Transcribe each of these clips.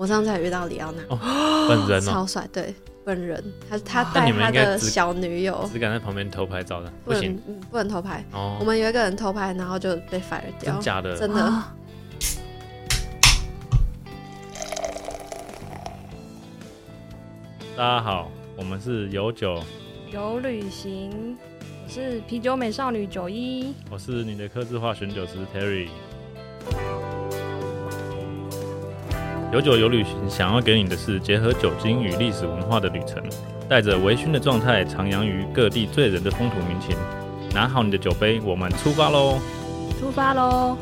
我上次还遇到里奥纳， 本人超帅，对，本人，他带他的小女友， 只敢在旁边偷拍照的， 不行，不能偷拍。我们有一个人偷拍，然后就被 fire 掉， 真假的？ 真的。 大家好，我们是有酒有旅行，我是啤酒美少女91， 我是你的客制化选酒师 Terry。有酒有旅行，想要给你的是结合酒精与历史文化的旅程，带着微醺的状态，徜徉于各地醉人的风土民情。拿好你的酒杯，我们出发喽！ 出发喽！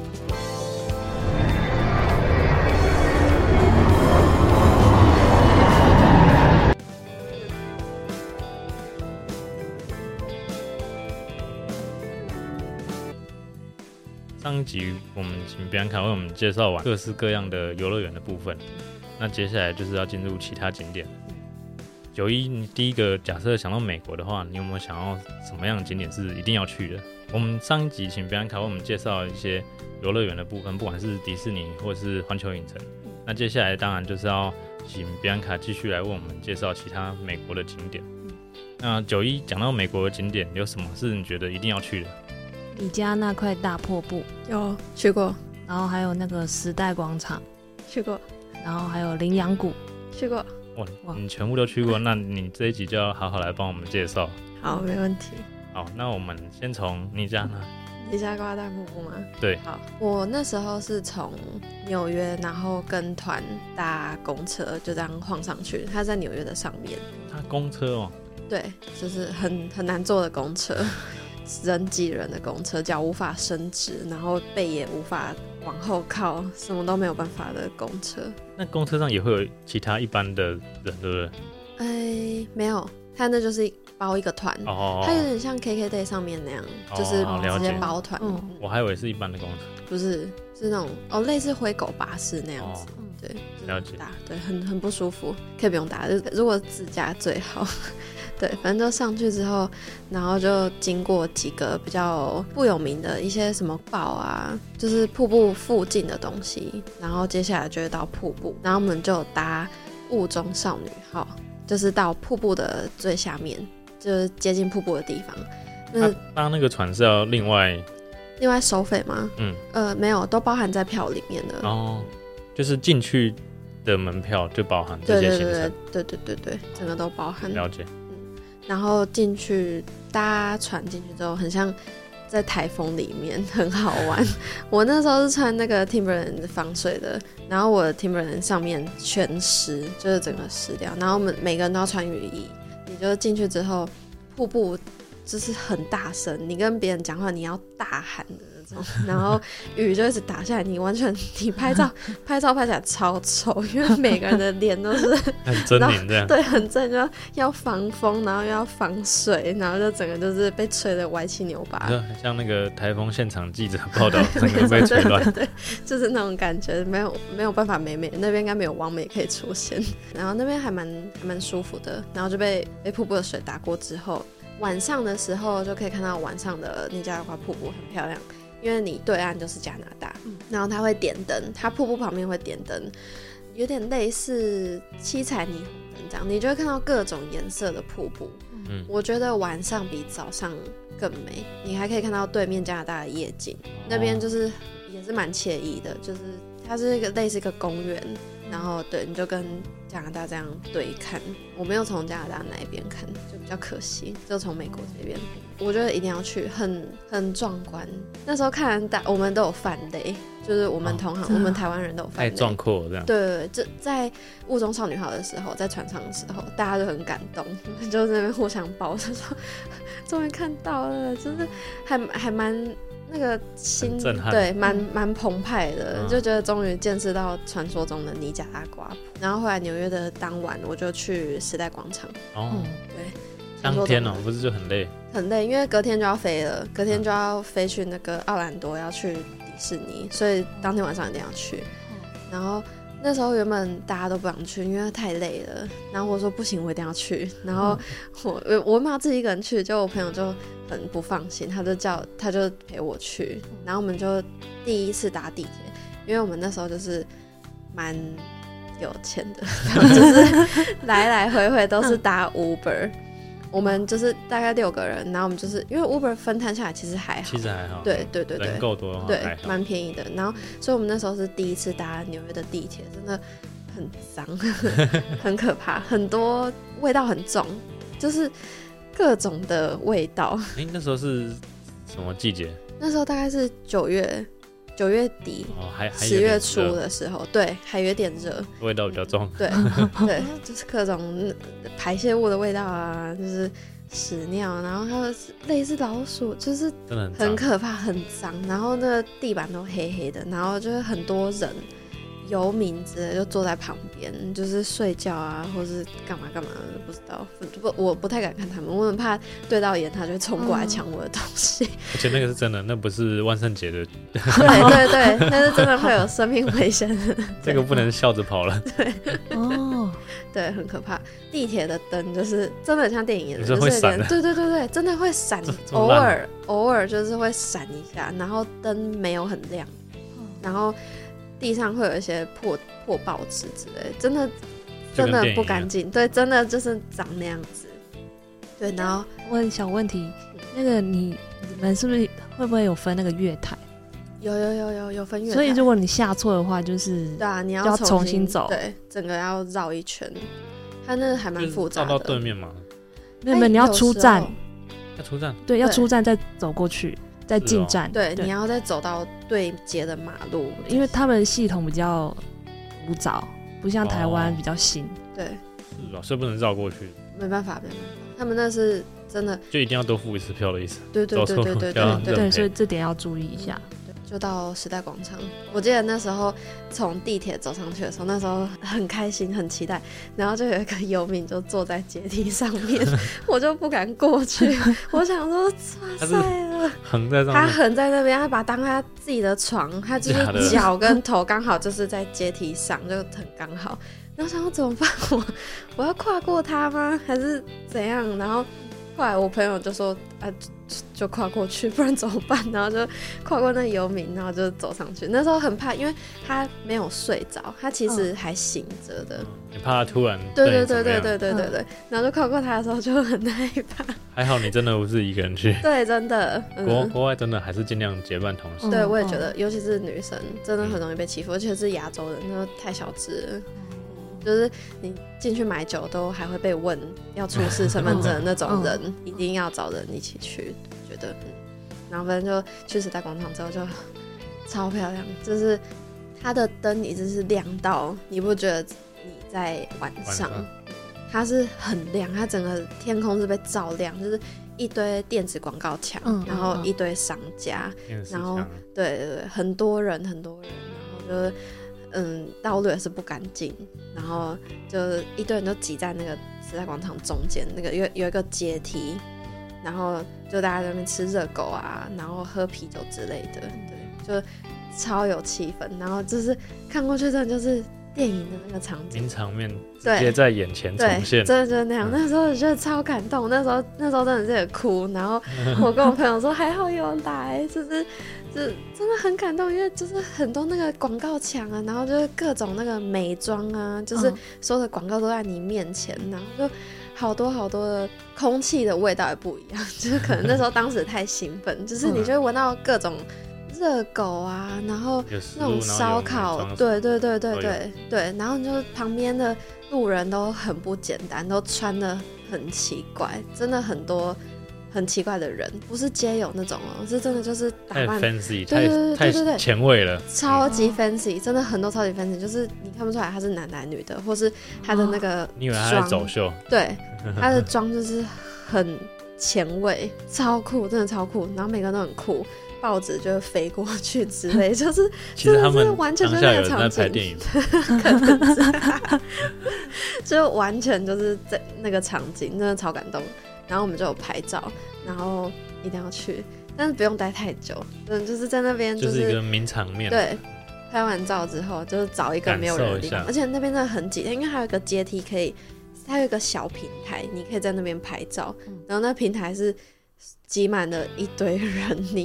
上一集我们请比安卡为我们介绍完各式各样的游乐园的部分，那接下来就是要进入其他景点。91，你第一个假设想到美国的话，你有没有想要什么样的景点是一定要去的？我们上一集请比安卡为我们介绍一些游乐园的部分，不管是迪士尼或者是环球影城。那接下来当然就是要请比安卡继续来为我们介绍其他美国的景点。那91讲到美国的景点，有什么是你觉得一定要去的？ 你家那块大瀑布有去过， 然后还有那个时代广场去过， 然后还有羚羊谷去过。 哇，你全部都去过，那你这一集就要好好来帮我们介绍。 好，没问题。 好，那我们先从你家呢？ 尼加拉大瀑布吗？ 对。 好，我那时候是从纽约，然后跟团搭公车，就这样晃上去。它在纽约的上面。 它公车哦？ 对，就是很难坐的公车。人挤人的公车，脚无法伸直，然后背也无法往后靠，什么都没有办法的公车。 那公车上也会有其他一般的人，对不对？ 没有，他那就是包一个团，它有点像 KKday 上面那样，就是直接包团。 我还以为是一般的公车， 不是，是那种类似灰狗巴士那样子。对， 了解。 对，很不舒服，可以不用搭，如果自驾最好。对，反正就上去之后，然后就经过几个比较不有名的一些什么堡啊，就是瀑布附近的东西，然后接下来就会到瀑布，然后我们就搭雾中少女号，就是到瀑布的最下面，就是接近瀑布的地方。 搭那个船是要另外收费吗？没有，都包含在票里面的。 哦，就是进去的门票就包含这些行程。 对，整个都包含。 了解。 然后进去搭船进去之后，很像在台风里面，很好玩。我那时候是穿那个 Timberland 防水的，然后我的 Timberland 上面全湿，就是整个湿掉。然后我们每个人都要穿雨衣。你就进去之后，瀑布就是很大声，你跟别人讲话你要大喊的那种，然后雨就一直打下来，你拍照拍起来超丑，因为每个人的脸都是很狰狞这样。 对，很狰，就要防风，然后又要防水，然后就整个就是被吹得歪七扭八， 像那个台风现场记者报道，整个被吹乱。 对，就是那种感觉，没有办法美那边应该没有网美可以出现，然后那边还蛮舒服的，然后就被瀑布的水打过之后，晚上的时候就可以看到晚上的尼加拉瓜瀑布很漂亮。因为你对岸就是加拿大，然后它会点灯，它瀑布旁边会点灯，有点类似七彩霓虹灯这样，你就会看到各种颜色的瀑布。我觉得晚上比早上更美，你还可以看到对面加拿大的夜景，那边就是也是蛮惬意的，就是它是一个类似一个公园，然后对，你就跟加拿大这样对看。我没有从加拿大那一边看，就比较可惜，就从美国这边。我觉得一定要去，很壮观。那时候看我们都有泛泪，就是我们同行，我们台湾人都有泛泪， 太壮阔了这样。 对，这在雾中少女号的时候，在船上的时候，大家都很感动，就在那边互相抱，就说终于看到了，就是还蛮那个心，对，蛮澎湃的，就觉得终于见识到传说中的尼加拉瓜。然后后来纽约的当晚，我就去时代广场。对。 当天不是就很累？ 很累，因为隔天就要飞了，隔天就要飞去那个奥兰多，要去迪士尼，所以当天晚上一定要去。然后那时候原本大家都不想去，因为太累了。然后我说不行，我一定要去。然后我妈自己一个人去，就我朋友就很不放心，他就陪我去。然后我们就第一次搭地铁，因为我们那时候就是蛮有钱的，然后就是来来回回都是搭 Uber。我们就是大概6个人，然后我们就是因为 Uber 分摊下来其实还好，对对对对， 人够多的话对，蛮便宜的。然后，所以我们那时候是第一次搭纽约的地铁，真的很脏，很可怕，很多味道很重，就是各种的味道。 那时候是什么季节？ 那时候大概是9月底， 还 10月初的时候，对，还有点热， 味道比较重。 对对，就是各种排泄物的味道啊，就是屎尿，然后还有类似老鼠，就是真的很可怕，很脏。然后那个地板都黑黑的，然后就是很多人。游民之类就坐在旁边，就是睡觉啊，或是干嘛干嘛的，不知道。我不太敢看他们，我很怕对到眼，他就会冲过来抢我的东西。 而且那个是真的，那不是万圣节的。 对对对，那是真的会有生命危险的。 这个不能笑着跑了。 对， 哦， 对，很可怕。地铁的灯就是真的像电影演的， 就是会闪的。 对对对对，真的会闪，偶尔就是会闪一下，然后灯没有很亮，然后。地上会有一些破报纸之类，真的不干净，对，真的就是长那样子。对，然后问小问题，那个你们是不是会不会有分那个月台？ 有分月台， 所以如果你下错的话，就是对啊，你要重新走， 对，整个要绕一圈，它那还蛮复杂的。 绕到对面吗？ 没有，你要出站， 要出站， 对，要出站再走过去。再进站， 对，你要再走到对接的马路， 因为他们系统比较古早，不像台湾比较新。 对， 是啊，所以不能绕过去。 没办法，他们那是真的， 就一定要多付一次票的意思。 对， 所以这点要注意一下。 就到时代广场，我记得那时候从地铁走上去的时候，那时候很开心很期待，然后就有一个游民就坐在阶梯上面，我就不敢过去，我想说哇塞了，他横在那边，他把它当他自己的床，他就是脚跟头刚好就是在阶梯上，就很刚好，然后想说怎么办，我要跨过他吗还是怎样，然后后来我朋友就说啊就跨过去，不然怎么办？然后就跨过那游民，然后就走上去。那时候很怕，因为他没有睡着，他其实还醒着的。 你怕他突然对，然后就跨过他的时候就很害怕。 还好你真的不是一个人去。 对，真的。 国外真的还是尽量结伴同行。 对，我也觉得，尤其是女生，真的很容易被欺负，而且是亚洲人，那太小只了。就是你进去买酒都还会被问要出示身份证的那种人，一定要找人一起去，觉得然后反正就去时代广场之后就超漂亮，就是它的灯一直是亮到你不觉得你在晚上，它是很亮，它整个天空是被照亮，就是一堆电子广告墙，然后一堆商家，然后对，很多人，然后就是道路也是不干净，然后就一堆人都挤在那个时代广场中间，那个有一个阶梯，然后就大家在那边吃热狗啊，然后喝啤酒之类的，对，就超有气氛，然后就是看过去真的就是电影的那个场景，名场面直接在眼前重现， 真的就是那样。那时候我觉得超感动，那时候真的是哭，然后我跟我朋友说还好有来，就是真的很感动，因为就是很多那个广告墙啊，然后就是各种那个美妆啊，就是所有的广告都在你面前，然后就好多的空气的味道也不一样，就是可能那时候当时太兴奋，就是你就会闻到各种热狗啊，然后那种烧烤，对，然后你就旁边的路人都很不简单，都穿得很奇怪，真的很多很奇怪的人，不是街友那种哦，是真的就是打扮太 fancy， 太前卫了， 超级 fancy，真的很多超级 fancy，就是你看不出来他是男女的，或是他的那个你以为他在走秀？ 对，他的妆就是很前卫，超酷，真的超酷，然后每个人都很酷。报纸就会飞过去之类，就是其实他们完全就是那个场景，可能是就完全就是在那个场景，真的超感动。然后我们就有拍照，然后一定要去，但是不用待太久，就是在那边就是一个名场面。 对，拍完照之后就是找一个没有人的地方，而且那边真的很挤，因为还有一个阶梯可以，它有一个小平台，你可以在那边拍照，然后那平台是挤满了一堆人，你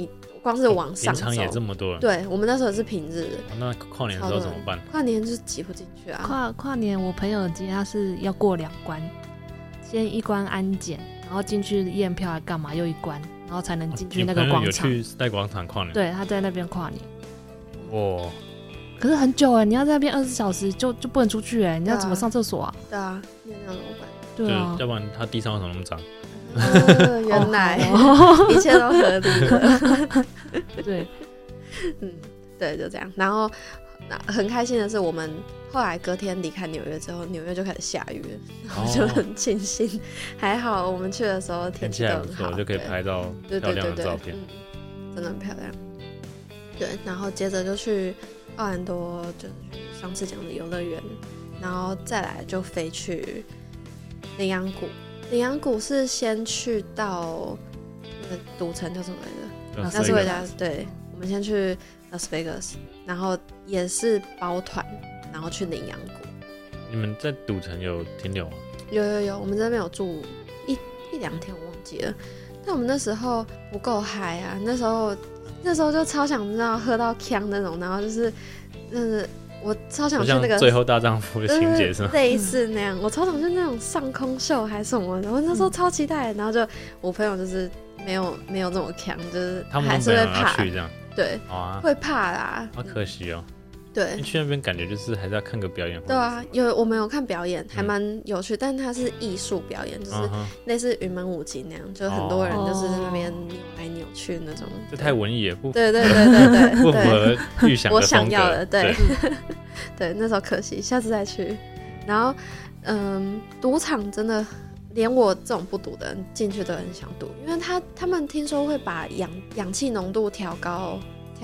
光是往上走， 平常也这么多人。 对，我们那时候是平日的。 那跨年的时候怎么办？ 跨年就是挤不进去啊。 跨年我朋友接他是要过2关，先一关安检，然后进去验票还干嘛，又一关，然后才能进去那个广场。 有去代广场跨年？ 对，他在那边跨年。 哇！ 可是很久哎，你要在那边24小时就不能出去哎，你要怎么上厕所啊？ 对啊，那样怎么办？ 对啊， 要不然他地上为什么那么脏？ 原来一切都合理的。 对， 对，就这样。然后很开心的是，我们后来隔天离开纽约之后，纽约就开始下雨了，然后就很庆幸，还好我们去的时候天气都很好， 就可以拍到漂亮的照片， 真的很漂亮。对，然后接着就去奥兰多，就是去上次讲的游乐园，然后再来就飞去羚羊谷。羚羊谷是先去到那个赌城叫什么来着？拉斯维加斯。对，我们先去拉斯维加斯，然后也是包团，然后去羚羊谷。 你们在赌城有停留吗？ 有，我们这边有住一两天，我忘记了。但我们那时候不够嗨啊，那时候就超想知道喝到呛那种，然后就是我超想去那个最后大丈夫的情节是吗？ 类似那样，我超想去那种上空秀还是什么的，我那时候超期待的。然后就我朋友就是没有这么强，就是还是会怕去这样， 对，会怕啦。 好可惜哦。 对， 去那边感觉就是还是要看个表演。 对啊，我们有看表演，还蛮有趣，但它是艺术表演，就是类似云门舞集那样，就很多人就是在那边扭来扭去那种。 这太文艺也不对， 不符合预想的我想要的， 对对，那时候可惜，下次再去。然后赌场真的连我这种不赌的人进去都很想赌，因为他们听说会把氧气浓度调高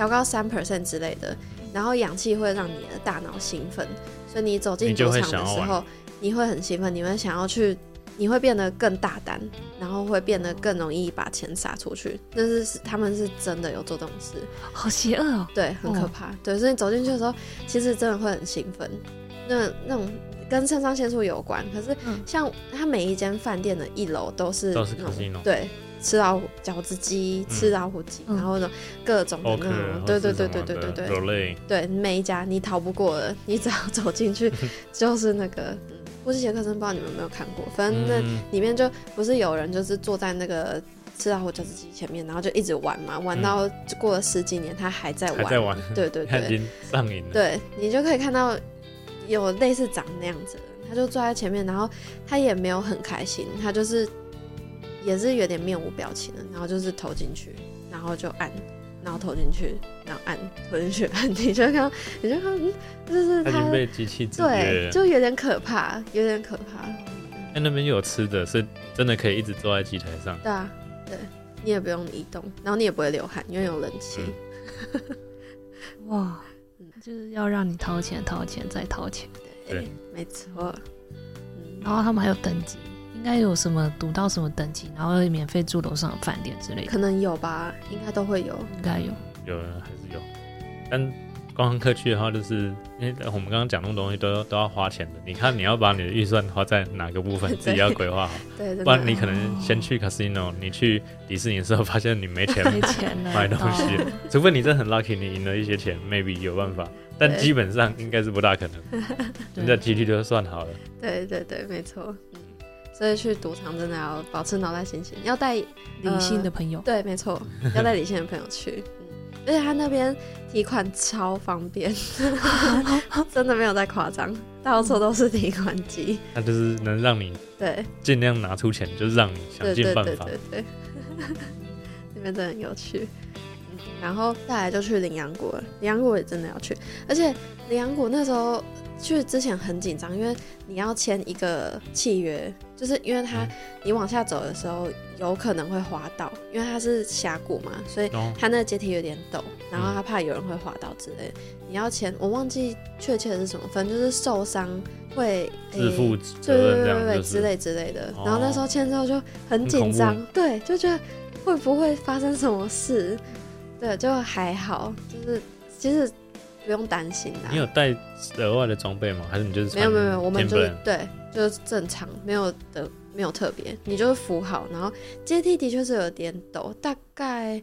3% 之类的。然后氧气会让你的大脑兴奋，所以你走进赌场的时候，你会很兴奋，你会想要去，你会变得更大胆，然后会变得更容易把钱撒出去。但是他们是真的有做这种事， 好邪恶哦， 对，很可怕。对，所以你走进去的时候，其实真的会很兴奋，那种跟肾上腺素有关。可是像它每一间饭店的1楼都是 casino， 对。吃老虎饺子鸡，吃老虎鸡，然后呢各种的那种，对，对，每一家你逃不过的，你只要走进去就是那个波西杰克森，不知道你们有没有看过？反正那里面就不是有人就是坐在那个吃老虎饺子鸡前面，然后就一直玩嘛，玩到过了10几年，他还在玩，对， 他已经上瘾了。 对，你就可以看到有类似长那样子的人，他就坐在前面，然后他也没有很开心，他就是。也是有点面无表情的，然后就是投进去，然后就按，然后投进去，然后按，投进去，按，你就看，就是他已经被机器制约了，对，就有点可怕。 那边又有吃的，是真的可以一直坐在机台上。 对啊，对，你也不用移动，然后你也不会流汗，因为有冷气。 哇，就是要让你掏钱再掏钱。 对，没错。 然后他们还有等级。应该有什么赌到什么等级，然后会免费住楼上的饭店之类的， 可能有吧，应该都会有， 应该有还是有。但观光客去的话，就是因为我们刚刚讲那种东西都要花钱的。你看你要把你的预算花在哪个部分，自己要规划好。 对， 不然你可能先去 casino， 你去迪士尼的时候发现你没钱买东西，除非你真的很 lucky， 你赢了一些钱 ，maybe 有办法。但基本上应该是不大可能，人家几率就算好了。 对，没错。所以去赌场真的要保持脑袋清醒，要带理性的朋友。 对，没错，要带理性的朋友去。而且他那边提款超方便，真的没有在夸张，到处都是提款机。 那就是能让你对尽量拿出钱，就是让你想尽办法。 对，那边真的很有趣。然后再来就去羚羊谷了，羚羊谷也真的要去，而且羚羊谷那时候。去之前很紧张，因为你要签一个契约，就是因为你往下走的时候有可能会滑倒，因为它是峡谷嘛，所以它那个阶梯有点陡，然后他怕有人会滑倒之类的。你要签，我忘记确切的是什么分，就是受伤会自负责任这样， 对之类的。然后那时候签之后就很紧张，对，就觉得会不会发生什么事？对，就还好，就是其实。不用担心啦。 你有带额外的装备吗？还是你就是没有，我们就是对，就是正常，没有特别，你就是扶好，然后阶梯的确是有点陡，大概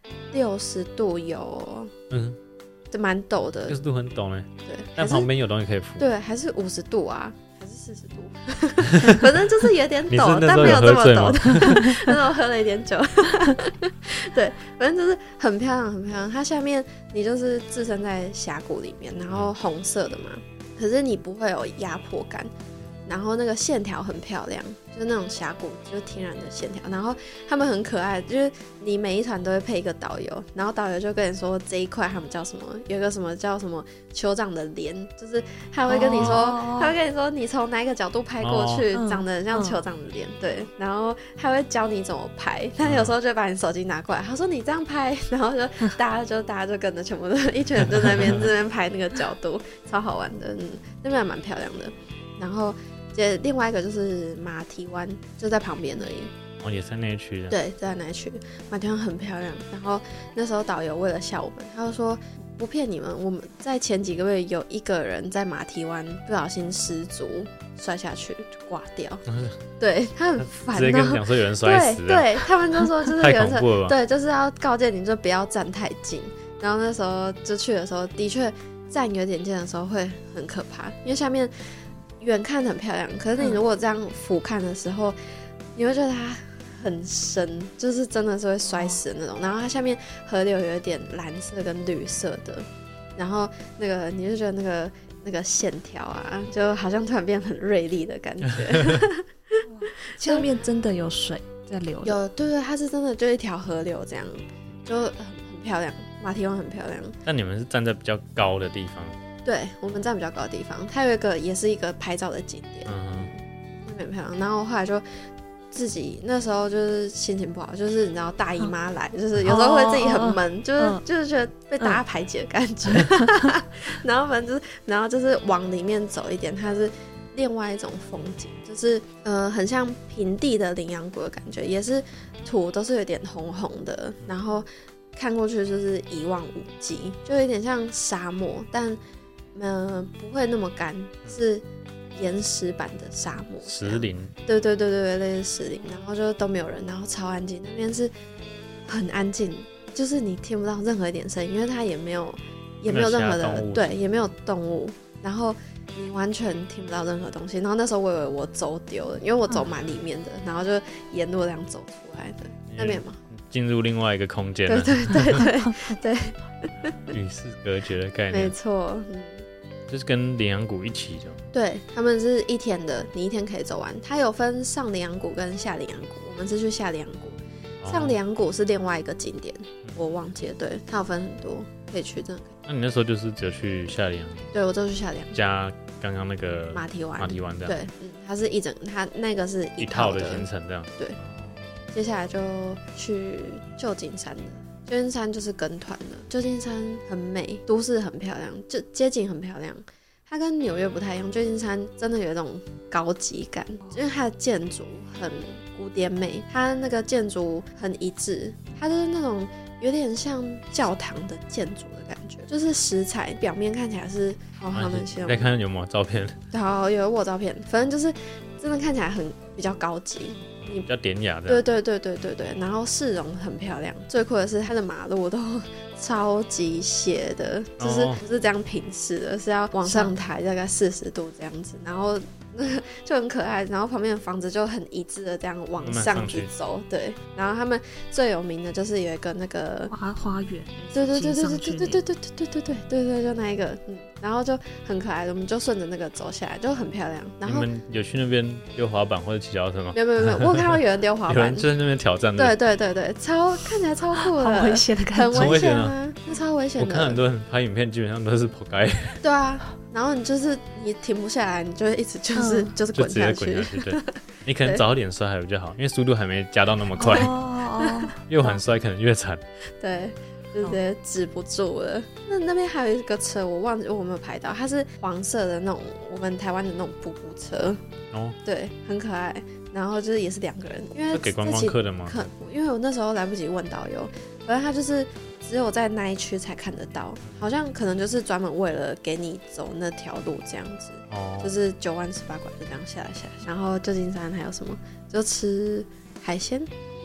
60度有，这蛮陡的 ，60度很陡呢。 对， 但旁边有东西可以扶。 对，还是50度啊，还是40度，反正就是有点陡，但没有这么陡的。那时候喝了一点酒，对，反正就是很漂亮，很漂亮。它下面你就是置身在峡谷里面，然后红色的嘛，可是你不会有压迫感。然后那个线条很漂亮，就是那种峡谷，就是天然的线条。然后他们很可爱，就是你每一团都会配一个导游，然后导游就跟你说这一块他们叫什么，有一个什么叫什么酋长的脸，就是他会跟你说，他会跟你说你从哪一个角度拍过去，长得很像酋长的脸，对。然后他会教你怎么拍，他有时候就把你手机拿过来，他说你这样拍，然后就大家就跟着全部都一群人就在那边拍那个角度，超好玩的，那边还蛮漂亮的。然后另外一个就是马蹄湾，就在旁边而已。 也在那一区的。 对，在那一区，马蹄湾很漂亮。然后那时候导游为了笑我们，他就说不骗你们，我们在前几个月有一个人在马蹄湾不小心失足摔下去就挂掉。对，他很烦， 直接跟你讲说有人摔死了。 对，他们就说就是有人太恐怖了吧。 对，就是要告诫你就不要站太近。然后那时候就去的时候，的确站有点近的时候会很可怕，因为下面远看很漂亮，可是你如果这样俯瞰的时候，你会觉得它很深，就是真的是会摔死的那种。然后它下面河流有一点蓝色跟绿色的，然后那个你就觉得那个线条啊，就好像突然变很锐利的感觉。 下面真的有水在流。 有，对对，它是真的就一条河流这样，就很漂亮，马蹄湾很漂亮。 但你们是站在比较高的地方。 对，我们站比较高的地方，它有一个也是一个拍照的景点，那边很漂亮。然后后来就自己那时候就是心情不好，就是你知道大姨妈来，就是有时候会自己很闷，就是觉得被大家排挤的感觉。然后反正然后就是往里面走一点，它是另外一种风景，就是很像平地的羚羊谷的感觉，也是土都是有点红红的，然后看过去就是一望无际，就有点像沙漠，但不会那么干，是岩石版的沙漠， 石林。 对对对对，类似石林，然后就都没有人，然后超安静，那边是很安静，就是你听不到任何一点声音，因为它也没有任何的，对，也没有动物，然后你完全听不到任何东西。然后那时候我以为我走丢了，因为我走蛮里面的，然后就沿路这样走出来的那边嘛， 进入另外一个空间了。 对对对对对，与世隔绝的概念， 没错。 就是跟羚羊谷一起的。 对，他们是一天的，你一天可以走完。它有分上羚羊谷跟下羚羊谷，我们是去下羚羊谷，上羚羊谷是另外一个景点，我忘记了。对，它有分很多，可以去，真的可以。 那你那时候就是只有去下羚羊谷？ 对，我就去下羚羊谷加刚刚那个马蹄湾这样。 对，它是它那个是一套的行程这样。 对，接下来就去旧金山了。旧金山就是跟团的，旧金山很美，都市很漂亮，就街景很漂亮。它跟纽约不太一样，旧金山真的有一种高级感，因为它的建筑很古典美，它那个建筑很一致，它就是那种有点像教堂的建筑的感觉，就是石材表面看起来是好难形容。 再看有没有照片？ 好，有我照片，反正就是真的看起来比较高级。 比较典雅的， 对，然后市容很漂亮，最酷的是它的马路都超级斜的，就是不是这样平视的，是要往上抬大概40度这样子，然后就很可爱，然后旁边的房子就很一致的这样往上去走，对，然后他们最有名的就是有一个那个花园， 对，就那一个，然后就很可爱的，我们就顺着那个走下来，就很漂亮。然后你们有去那边溜滑板或者骑脚踏车吗？ 没有，我有看到有人溜滑板， 有人就在那边挑战的。 对，看起来超酷的， 好危险的感觉， 很危险啊，那超危险的。 我看很多人拍影片，基本上都是跑街。 对啊，然后你停不下来，你就会一直就是滚下去。 对，你可能早点摔还比较好，因为速度还没加到那么快。越晚摔可能越惨。对。就直接止不住了。那边还有一个车，我忘记我有没有拍到，它是黄色的那种，我们台湾的那种瀑布车。对，很可爱。然后就是也是2个人，因为给观光客的吗？ 因为我那时候来不及问导游，反正他就是只有在那一区才看得到，好像可能就是专门为了给你走那条路这样子。就是9弯18拐就这样下来。然后旧金山还有什么？就吃海鲜。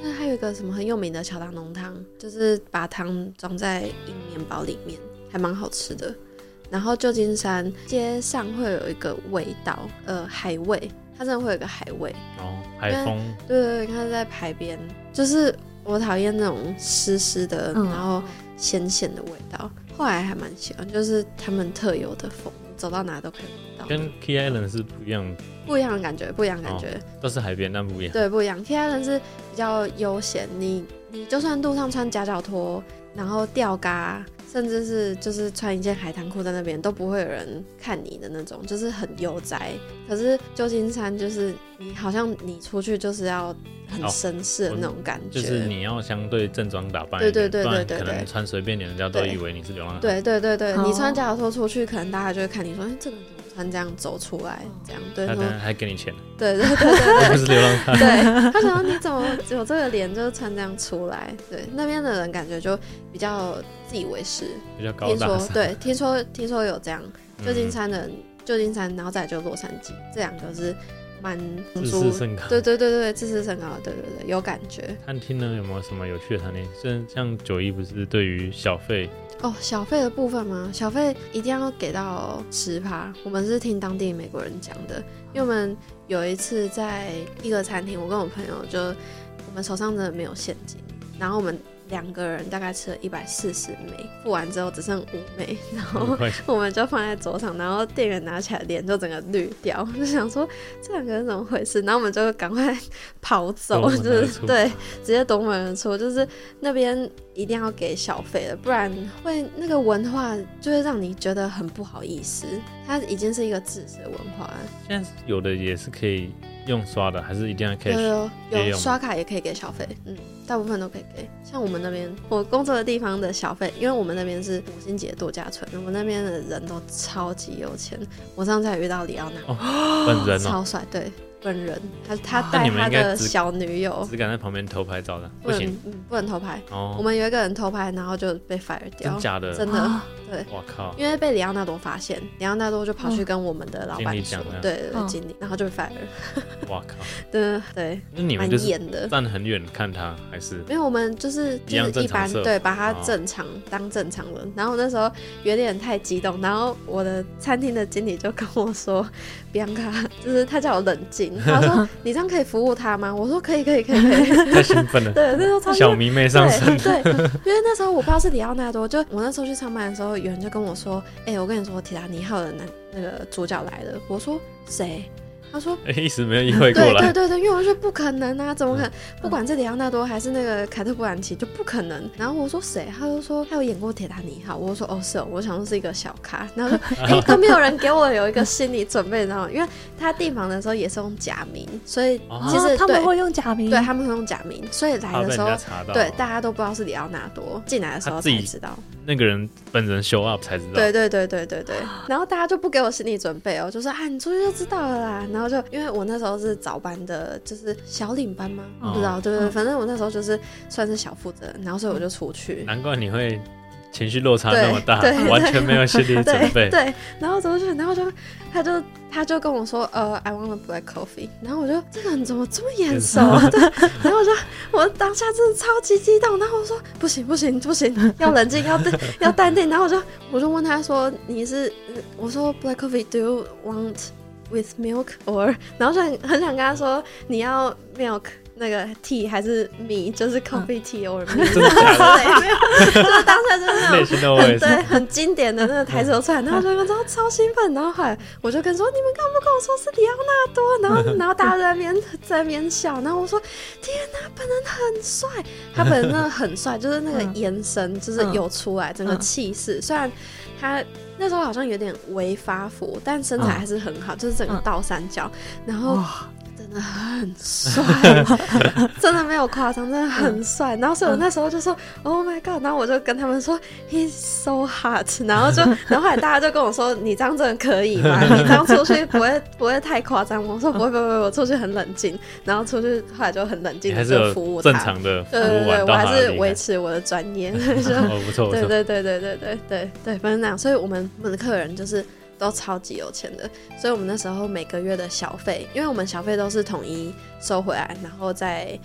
那还有一个什么很有名的乔达浓汤，就是把汤装在硬面包里面，还蛮好吃的。然后旧金山街上会有一个味道，海味，它真的会有一个海味哦，海风， 对对对，它在海边，就是我讨厌那种湿湿的，然后咸咸的味道。后来还蛮喜欢，就是他们特有的风，走到哪都可以闻到。 跟 Key Island 是不一样的感觉，不一样的感觉， 都是海边，但不一样。 对，不一样。Key Island 是比较悠闲，你就算路上穿夹脚拖，然后吊嘎，甚至是就是穿一件海滩裤在那边，都不会有人看你的那种，就是很悠哉。可是旧金山就是你好像你出去就是要很绅士的那种感觉， 就是你要相对正装打扮一点， 对， 可能穿随便点，人家都以为你是流浪汉。 对，你穿夹脚拖出去，可能大家就会看你说，这个人怎么穿这样走出来，这样对， 他可能还给你钱。 对， 不是流浪汉。 对，他想说你怎么有这个脸就穿这样出来？对，那边的人感觉就比较自以为是， 比较高大上。 对，听说有这样，旧金山，然后再来就洛杉矶，这两个是蛮自视甚高。 对，自视甚高，对，有感觉。 餐厅呢有没有什么有趣的餐厅？像91不是对于小费小费的部分吗？小费一定要给到10%。我们是听当地美国人讲的，因为我们有一次在一个餐厅，我跟我朋友我们手上真的没有现金，然后我们2个人大概吃了140枚，付完之后只剩5枚，然后我们就放在桌上，然后店员拿起来脸就整个绿掉，就想说这2个人怎么回事，然后我们就赶快跑走，就是对，直接夺门而出，就是那边一定要给小费的，不然会那个文化就会让你觉得很不好意思，它已经是一个自私的文化了。 现在有的也是可以用刷的，还是一定要 cash？ 有刷卡也可以给小费，大部分都可以给。像我们那边我工作的地方的小费，因为我们那边是5星级的度假村，我们那边的人都超级有钱。我上次还遇到里奥纳本人超帅，对，本人他带他的小女友， 只敢在旁边偷拍照的， 不行，不能偷拍。我们有一个人偷拍，然后就被 fire 掉， 真假的？ 真的，对， 哇靠！ 因为被里奥纳多发现，里奥纳多就跑去跟我们的老板说，对，经理，然后就被 fire。 哇靠！ 对， 那你们就是站很远看他，还是？ 因为我们就是一般对，把他当正常人。然后我那时候有点太激动，然后我的餐厅的经理就跟我说，Bianca，就是他叫我冷静。他说：“你这样可以服务他吗？”我说：“可以。” 太兴奋了， 对，那时候超小迷妹上身。 对，因为那时候我不知道是里奥纳多，就我那时候去上班的时候，有人就跟我说：“我跟你说，铁达尼号的那个主角来了。”我说：“谁？”他说：“ 一时没有意会过来。” 对，因为我说不可能啊，怎么可能？不管是里奥纳多还是那个凯特·布兰奇，就不可能。然后我说谁？他就说他有演过《铁达尼号》。我说哦是哦，我想说是一个小咖。然后说都没有人给我有一个心理准备，你知道吗？因为他订房的时候也是用假名，所以其实他们会用假名， 对，他们会用假名，所以来的时候对大家都不知道是里奥纳多，进来的时候才知道。 那个人本人 show up 才知道。 对，然后大家就不给我心理准备哦，就说你出去就知道了啦。然后就因为我那时候是早班的，就是小领班吗？不知道，对，反正我那时候就是算是小负责人，然后所以我就出去。 难怪你会情绪落差那么大，完全没有心理准备。 对，然后走出去，然后他就跟我说I want a black coffee， 然后我就这个人怎么这么眼熟啊？对，然后我当下真的超级激动，然后我说不行，要冷静，要淡定，然后我就问他说我说 black coffee do you want with milk or， 然后就很想跟他说你要 milk。那个 tea 还是米，就是 coffee tea or milk 之类的，就是当时就是那种对很经典的那个台词出来，然后我就超兴奋，然后后来我就跟说你们刚不跟我说是里奥纳多，然后大家在那边笑，然后我说天哪，本人很帅，他本人真的很帅，就是那个眼神就是有出来，整个气势，虽然他那时候好像有点微发福，但身材还是很好，就是整个倒三角，然后。真的很帅，真的没有夸张，真的很帅。然后所以我那时候就说 Oh my god， 然后我就跟他们说 He's so hot， 然后后来大家就跟我说你这样真的可以吗？你这样出去不会太夸张吗？我说不会，我出去很冷静，然后出去后来就很冷静的就服务他， 正常的服务对，我还是维持我的专业。 不错， 对，反正那样，所以我们的客人就是都超级有钱的，所以我们那时候每个月的小费，因为我们小费都是统一收回来，然后再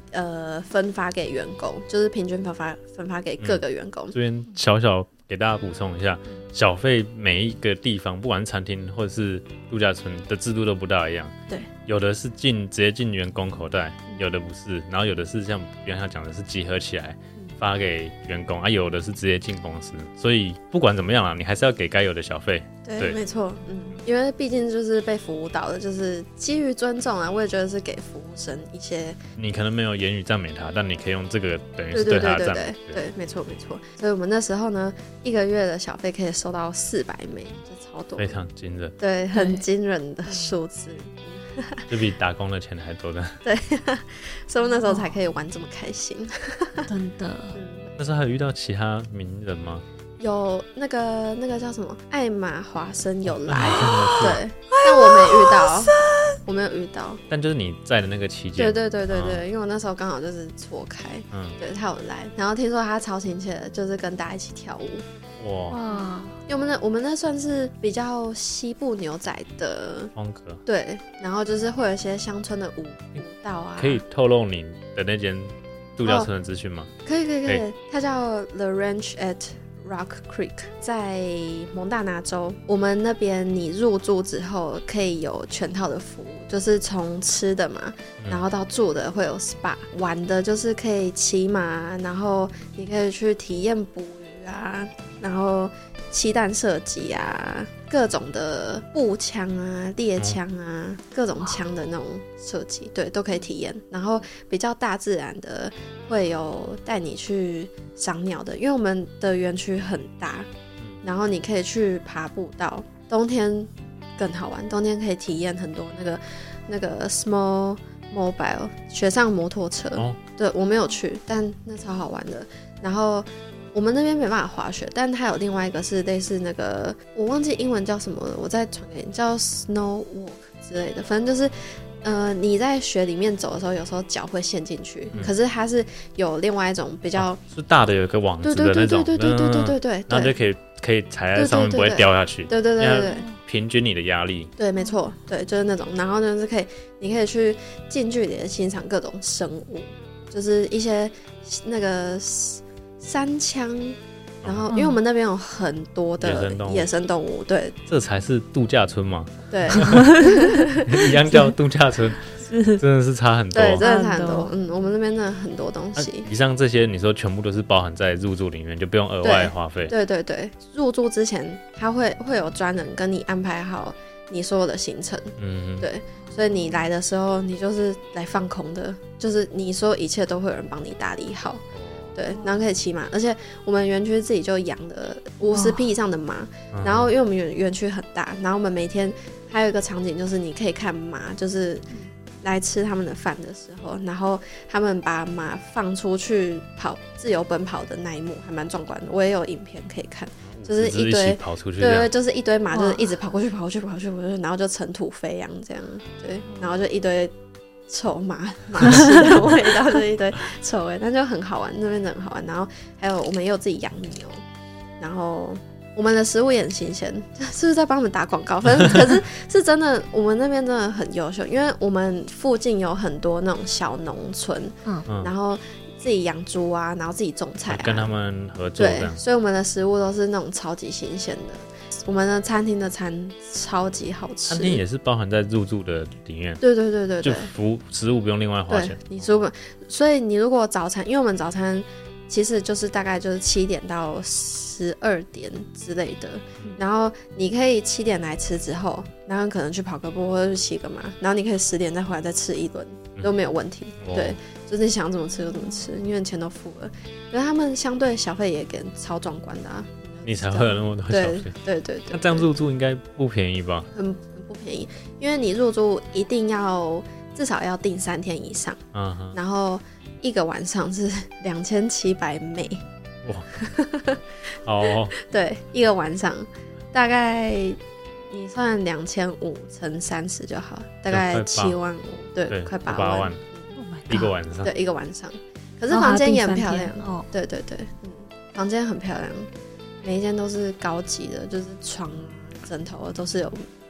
分发给员工，就是平均分发给各个员工。 这边小小给大家补充一下，小费每一个地方，不管是餐厅或者是度假村的制度都不大一样。 对， 有的是直接进员工口袋，有的不是，然后有的是像原来他讲的是集合起来发给员工啊，有的是直接进公司。所以不管怎么样啦，你还是要给该有的小费。 对，没错，因为毕竟就是被服务到的，就是基于尊重啊，我也觉得是给服务生一些。你可能没有言语赞美他，但你可以用这个等于是对他的赞美。 对，没错。所以我们那时候呢，1个月的小费可以收到400美，就超多， 非常惊人。 对，很惊人的数字。 就比打工的钱还多的。 对，所以那时候才可以玩这么开心。 真的。 那时候还有遇到其他名人吗？ 有那个叫什么艾玛华森有来，对，但我没有遇到。但就是你在的那个期间， 对，因为我那时候刚好就是错开，对，他有来，然后听说他超亲切的，就是跟大家一起跳舞。哇！因为我们那算是比较西部牛仔的风格， 对，然后就是会有一些乡村的舞蹈啊。 可以透露你的那间度假村的资讯吗？ 可以，它叫 The Ranch at Rock Creek， 在蒙大拿州。我们那边你入住之后可以有全套的服务，就是从吃的嘛，然后到住的会有 SPA， 玩的就是可以骑马，然后你可以去体验捕鱼啊，然后漆弹射击啊，各种的步枪啊、猎枪啊，各种枪的那种射击，对，都可以体验。然后比较大自然的会有带你去赏鸟的，因为我们的园区很大，然后你可以去爬步道，冬天更好玩，冬天可以体验很多那个 small mobile 雪上摩托车，对，我没有去，但那超好玩的。然后我们那边没办法滑雪，但它有另外一个是类似那个，我忘记英文叫什么了，我再传给你，叫 snow walk 之类的，反正就是你在雪里面走的时候，有时候脚会陷进去，可是它是有另外一种比较是大的有一个网子的那种， 对， 然后就可以踩在上面不会掉下去， 对， 平均你的压力， 对，没错，对，就是那种，然后就是你可以去近距离的欣赏各种生物，就是一些那个山羌，然后因为我们那边有很多的野生动物，对， 这才是度假村嘛， 对， 一样叫度假村，真的是差很多， 对，真的差很多，我们那边真的很多东西。 以上这些你说全部都是包含在入住里面，就不用额外花费。 对，入住之前他会有专人跟你安排好你所有的行程，对，所以你来的时候你就是来放空的，就是你所有一切都会有人帮你打理好。对，然后可以骑马，而且我们园区自己就养了50匹以上的马，然后因为我们园区很大，然后我们每天还有一个场景就是你可以看马，就是来吃他们的饭的时候，然后他们把马放出去自由奔跑的那一幕还蛮壮观的，我也有影片可以看，就是一堆跑出去， 对，就是一堆马就是一直跑过去，然后就尘土飞扬这样，对，然后就一堆臭马屎的味道，就是一堆臭味，但就很好玩，那边真的很好玩。然后还有我们也有自己养牛，然后我们的食物也很新鲜，是不是在帮我们打广告？可是是真的，我们那边真的很优秀，因为我们附近有很多那种小农村，然后自己养猪啊，然后自己种菜啊， 跟他们合作， 对，所以我们的食物都是那种超级新鲜的。我们的餐厅的餐超级好吃， 餐厅也是包含在入住的里面。 对， 就食物不用另外花钱。 你食物，所以你如果早餐，因为我们早餐其实就是大概就是7点到12点之类的，然后你可以7点来吃之后，然后可能去跑个步或者去骑个马，然后你可以10点再回来再吃一轮都没有问题。对，就是你想怎么吃就怎么吃，因为钱都付了。可是他们相对小费也给超壮观的啊。 你才会有那么多小费， 对。 那这样入住应该不便宜吧？ 很不便宜，因为你入住一定要至少要订3天以上，然后一个晚上是2700美。 哇，哦， 对，一个晚上大概你算2500乘30就好，大概7万5，对，快8万， 一个晚上， 对，一个晚上。可是房间也很漂亮，对，房间很漂亮。每一间都是高级的，就是床、枕头都是有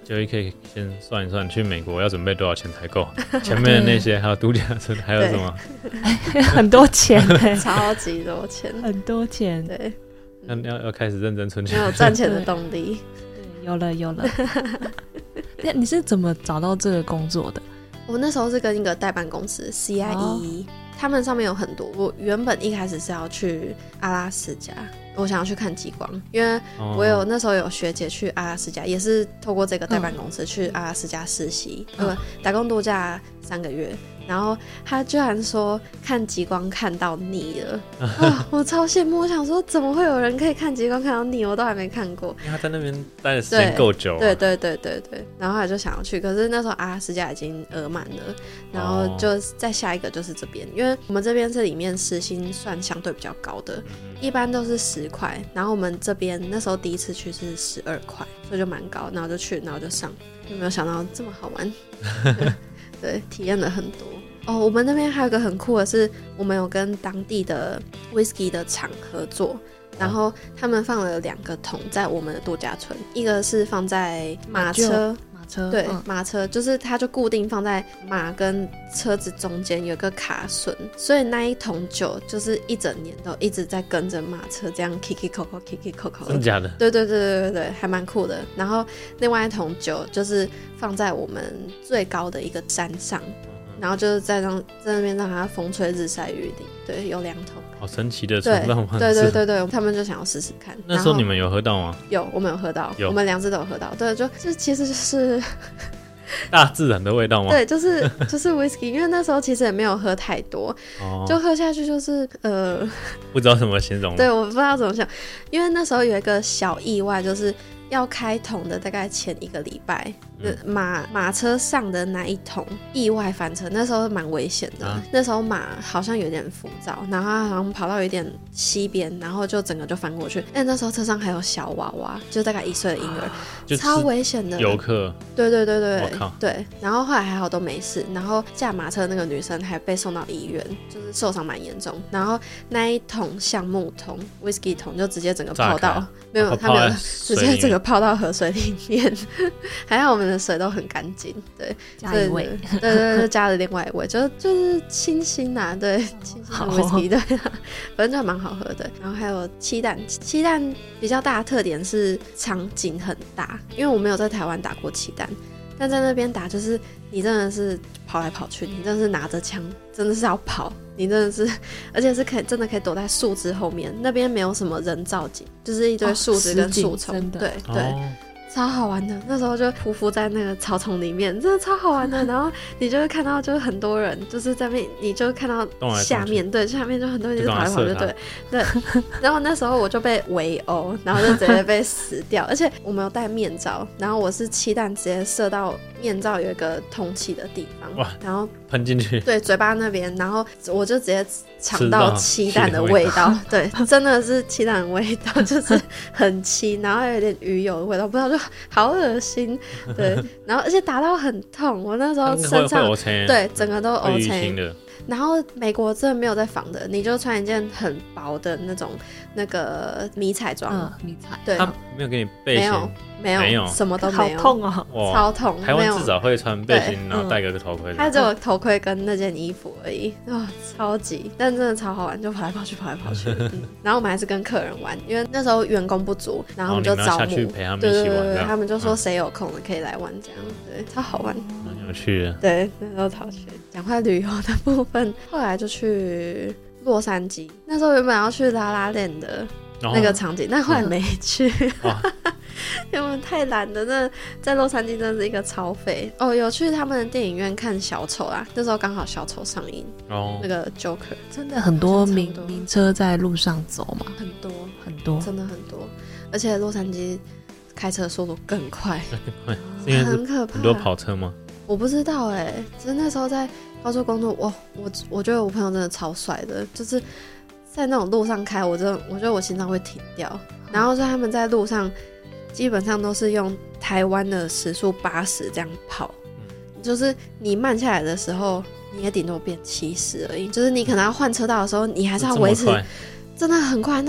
就可以先算一算，去美国要准备多少钱才够？前面的那些还有度假村，还有什么？ 很多钱超级多钱， 很多钱。 对， 要开始认真存钱， 没有赚钱的动力。 对，有了。那你是怎么找到这个工作的？ 我那时候是跟一个代办公司 CIE，他们上面有很多。我原本一开始是要去阿拉斯加，我想要去看极光，因为我那时候有学姐去阿拉斯加，也是透过这个代办公司去阿拉斯加实习，打工度假3个月。然后他居然说看极光看到腻了我超羡慕，我想说怎么会有人可以看极光看到腻，我都还没看过。 因为他在那边待的时间够久对，然后后来就想要去，可是那时候阿拉斯加已经额满了，然后就再下一个就是这边，因为我们这边是里面时薪算相对比较高的，一般都是10块，然后我们这边那时候第一次去是12块，所以就蛮高，然后就去，然后就上，就没有想到这么好玩对，体验了很多。我们那边还有一个很酷的是，我们有跟当地的 whisky 的厂合作，然后他们放了2个桶在我们的度假村，一个是放在马车，对，马车就是它就固定放在马跟车子中间有个卡榫，所以那一桶酒就是一整年都一直在跟着马车这样 kiki coco kiki coco。 真的假的？ 对，还蛮酷的。然后另外一桶酒就是放在我们最高的一个山上，然后就是在那边让它风吹日晒雨淋。对，有2桶。好神奇的冲浪方式。 对，他们就想要试试看。 那时候你们有喝到吗？ 有，我们有喝到，我们2只都有喝到。对，就其实就是大自然的味道吗？ 对，就是 whisky， 因为那时候其实也没有喝太多，就喝下去就是不知道怎么形容。 对，我不知道怎么想，因为那时候有一个小意外，就是要开桶的大概前1个礼拜，马车上的那一桶意外翻车，那时候蛮危险的。那时候马好像有点浮躁，然后它好像跑到有点西边，然后就整个就翻过去。但那时候车上还有小娃娃，就大概1岁的婴儿，超危险的。 游客。 对，对。然后后来还好都没事，然后驾马车那个女生还被送到医院，就是受伤蛮严重。然后那一桶橡木桶 whisky 桶就直接整个泡到，没有，它没有，直接整个泡到河水里面。还好我们的水都很干净，对， 加一味， 对，加了另外一味，就是清新啊，对，清新的 whisky， 对，反正就蛮好喝的。然后还有漆弹比较大的特点是场景很大，因为我没有在台湾打过漆弹，但在那边打就是你真的是跑来跑去，你真的是拿着枪，真的是要跑，你真的是，而且是真的可以躲在树枝后面，那边没有什么人造景，就是一堆树枝跟树丛，对。超好玩的，那时候就匍匐在那个草丛里面，真的超好玩的。然后你就会看到，就是很多人就是在那，你就看到下面，对，下面就很多人就是跑来跑去，对。然后那时候我就被围殴，然后就直接被死掉，而且我没有戴面罩，然后我是漆弹直接射到面罩有一个通气的地方，然后喷进去， 对，嘴巴那边，然后我就直接尝到漆弹的味道，对，真的是漆弹的味道，就是很漆，然后还有点鱼油的味道，不知道就好恶心，对，然后而且打到很痛，我那时候身上对整个都 OK 的。然后美国真的没有在防的，你就穿一件很薄的那个迷彩装， 迷彩， 对， 他没有给你背心， 没有，什么都没有， 好痛哦， 超痛。 台湾至少会穿背心，然后戴个头盔， 他只有头盔跟那件衣服而已，超级，但真的超好玩，就跑来跑去。然后我们还是跟客人玩，因为那时候员工不足，然后我们就招募， 陪他们一起玩， 对，他们就说谁有空的可以来玩，这样，对，超好玩， 蛮有趣的。 对，那时候超去。讲回旅游的部分，后来就去洛杉矶，那时候原本要去拉拉链的那个场景，但后来没去，因为太懒了。那在洛杉矶真的是一个超废有去他们的电影院看小丑啦，那时候刚好小丑上映，那个 Joker， 真的很多名车在路上走嘛， 很多， 真的很多，而且洛杉矶开车速度更快， 很可怕。很多跑车吗？ 我不知道只是那时候在高速公路，我觉得我朋友真的超帅的，就是在那种路上开，我觉得我心脏会停掉。然后说他们在路上基本上都是用台湾的时速80这样跑，就是你慢下来的时候，你也顶多变70而已，就是你可能要换车道的时候，你还是要维持，真的很快。那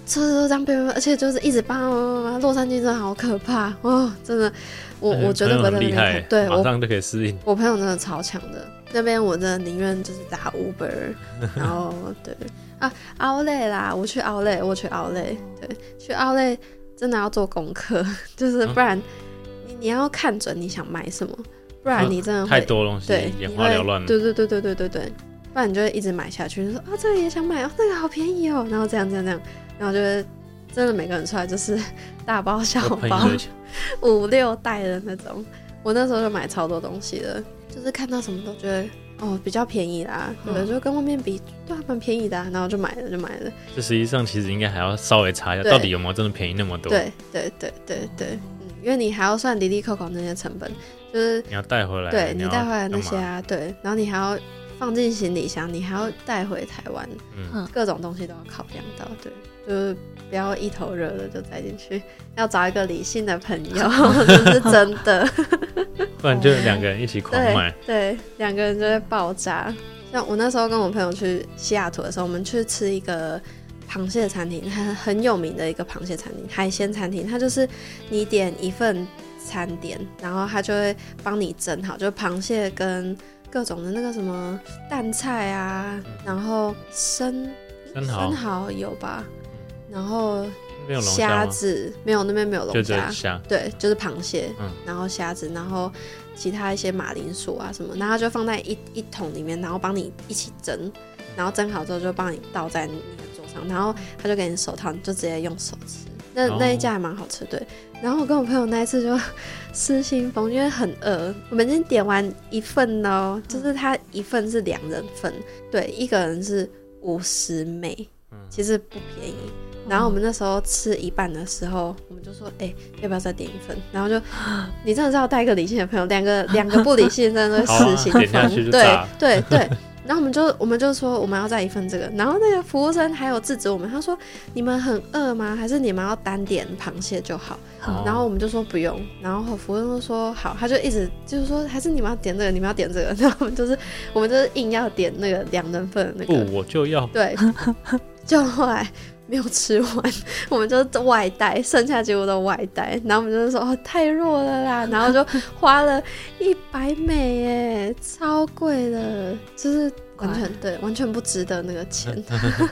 车子都这样飞，而且就是一直洛杉矶真的好可怕哦，真的，我绝对不会在那边看，对， 马上就可以适应。 我朋友真的超强的，那边我真的宁愿就是打 Uber， 然后对啊，Outlet 啦，我去 Outlet，对，去 Outlet 真的要做功课，就是不然你要看准你想买什么，不然你真的会太多东西， 对， 眼花缭乱。 对，不然你就会一直买下去，就说啊这个也想买哦，那个好便宜哦，然后这样，然后就会真的每个人出来就是大包小包5-6袋的那种。我那时候就买超多东西的，就是看到什么都觉得哦比较便宜啦，对，就跟外面比对蛮便宜的啊，然后就买了。 这实际上其实应该还要稍微查一下，到底有没有真的便宜那么多。 对，因为你还要算滴扣那些成本，就是你要带回来， 对你带回来那些啊，对，然后你还要放进行李箱，你还要带回台湾，各种东西都要考量到，对，就是不要一头热的就栽进去，要找一个理性的朋友，这是真的， 不然就2个人一起狂买， 对，2个人就会爆炸。像我那时候跟我朋友去西雅图的时候，我们去吃一个螃蟹餐厅，很有名的一个螃蟹餐厅，海鲜餐厅，它就是你点一份餐点，然后它就会帮你蒸好，就是螃蟹跟各种的那个什么蛋菜啊，然后生蚝有吧，然后虾子没有，那边没有龙虾，对，就是螃蟹，然后虾子，然后其他一些马铃薯啊什么，然后它就放在一桶里面，然后帮你一起蒸，然后蒸好之后就帮你倒在你的桌上，然后他就给你手套，你就直接用手吃。那一家还蛮好吃，对。然后我跟我朋友那一次就失心疯，因为很饿，我们已经点完一份哦，就是它一份是2人份，对，一个人是50美，其实不便宜。然后我们那时候吃一半的时候，我们就说，要不要再点一份？然后就，你真的是要带一个理性的朋友，两个不理性真的会失心疯，对。然后我们就说我们要再一份这个，然后那个服务生还有制止我们，他说你们很饿吗？还是你们要单点螃蟹就好？然后我们就说不用，然后服务生就说好，他就一直就是说还是你们要点这个，你们要点这个，然后我们就是硬要点那个2人份的那个， 不我就要， 对，就后来没有吃完，我们就外带，剩下几乎都外带，然后我们就说太弱了啦，然后就花了100美耶，超贵的，就是完全不值得那个钱。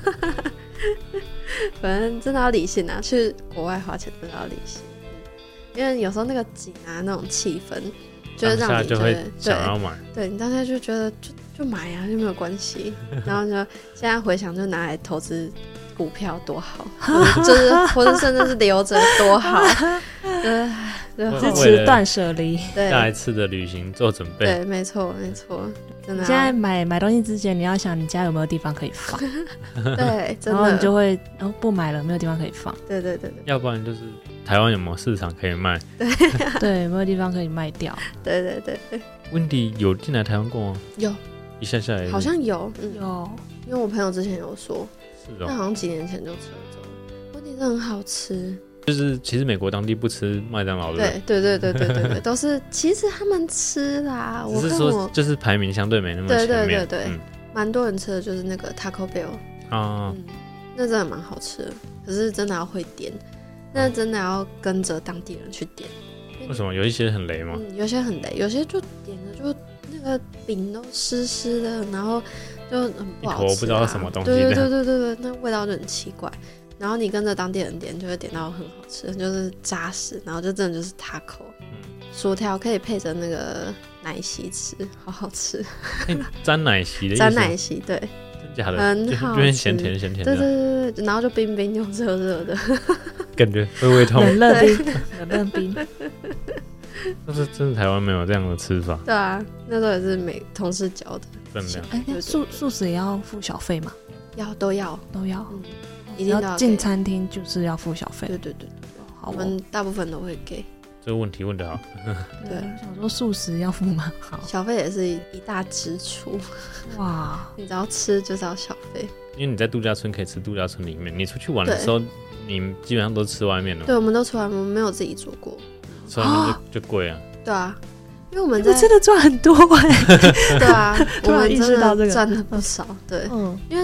反正真的要理性啊，去国外花钱真的要理性，因为有时候那个景啊，那种气氛，就是让你觉得想要买， 对你当下就觉得就买啊，就没有关系。然后就现在回想，就拿来投资股票多好，就是或者甚至是留着多好， 支持断舍离， 下一次的旅行做准备。 对，没错，真的。 现在买东西之前，你要想你家有没有地方可以放， 对，真的， 然后你就会不买了，没有地方可以放。 对， 要不然就是台湾有没有市场可以卖？ 对，有没有地方可以卖掉？ 对。 Wendy 有进来台湾过吗？ 有， 一下下来好像有，因为我朋友之前有说。那好像几年前就吃走了，问题真的很好吃。 就是其实美国当地不吃麦当劳的， 对，都是其实他们吃啦。 只是说就是排名相对没那么前面。 对，蛮多人吃的就是那个 Taco Bell 啊，那真的蛮好吃的。可是真的要会点，那真的要跟着当地人去点。 为什么有一些很雷吗？ 有些很雷，有些就点的就那个饼都湿湿的，然后。就很不好吃， 我不知道什么东西。 对，那味道就很奇怪。然后你跟着当地人点，就会点到很好吃的，就是扎实，然后就真的就是 taco，薯条可以配着那个奶昔吃，好好吃。 沾奶昔的意思？ 沾奶昔，对， 真假的， 很好吃， 就咸甜的。 对，然后就冰冰又热热的， 感觉会胃痛。 冷冰。 但是真的台湾没有这样的吃法。 对啊，那时候也是同事教的。 真的。 素食也要付小费吗？ 都要，一定要进餐厅就是要付小费。 对，我们大部分都会给。 这个问题问得好。 对， 想说素食要付吗？好， 小费也是一大支出。 哇， 你只要吃就是要小费。 因为你在度假村可以吃度假村里面，你出去玩的时候，你基本上都吃外面的。 对，我们都吃外面，我们没有自己煮过。 吃外面就贵啊。 对啊，因为我们真的赚很多对啊， 突然意识到这个赚了不少。对，因为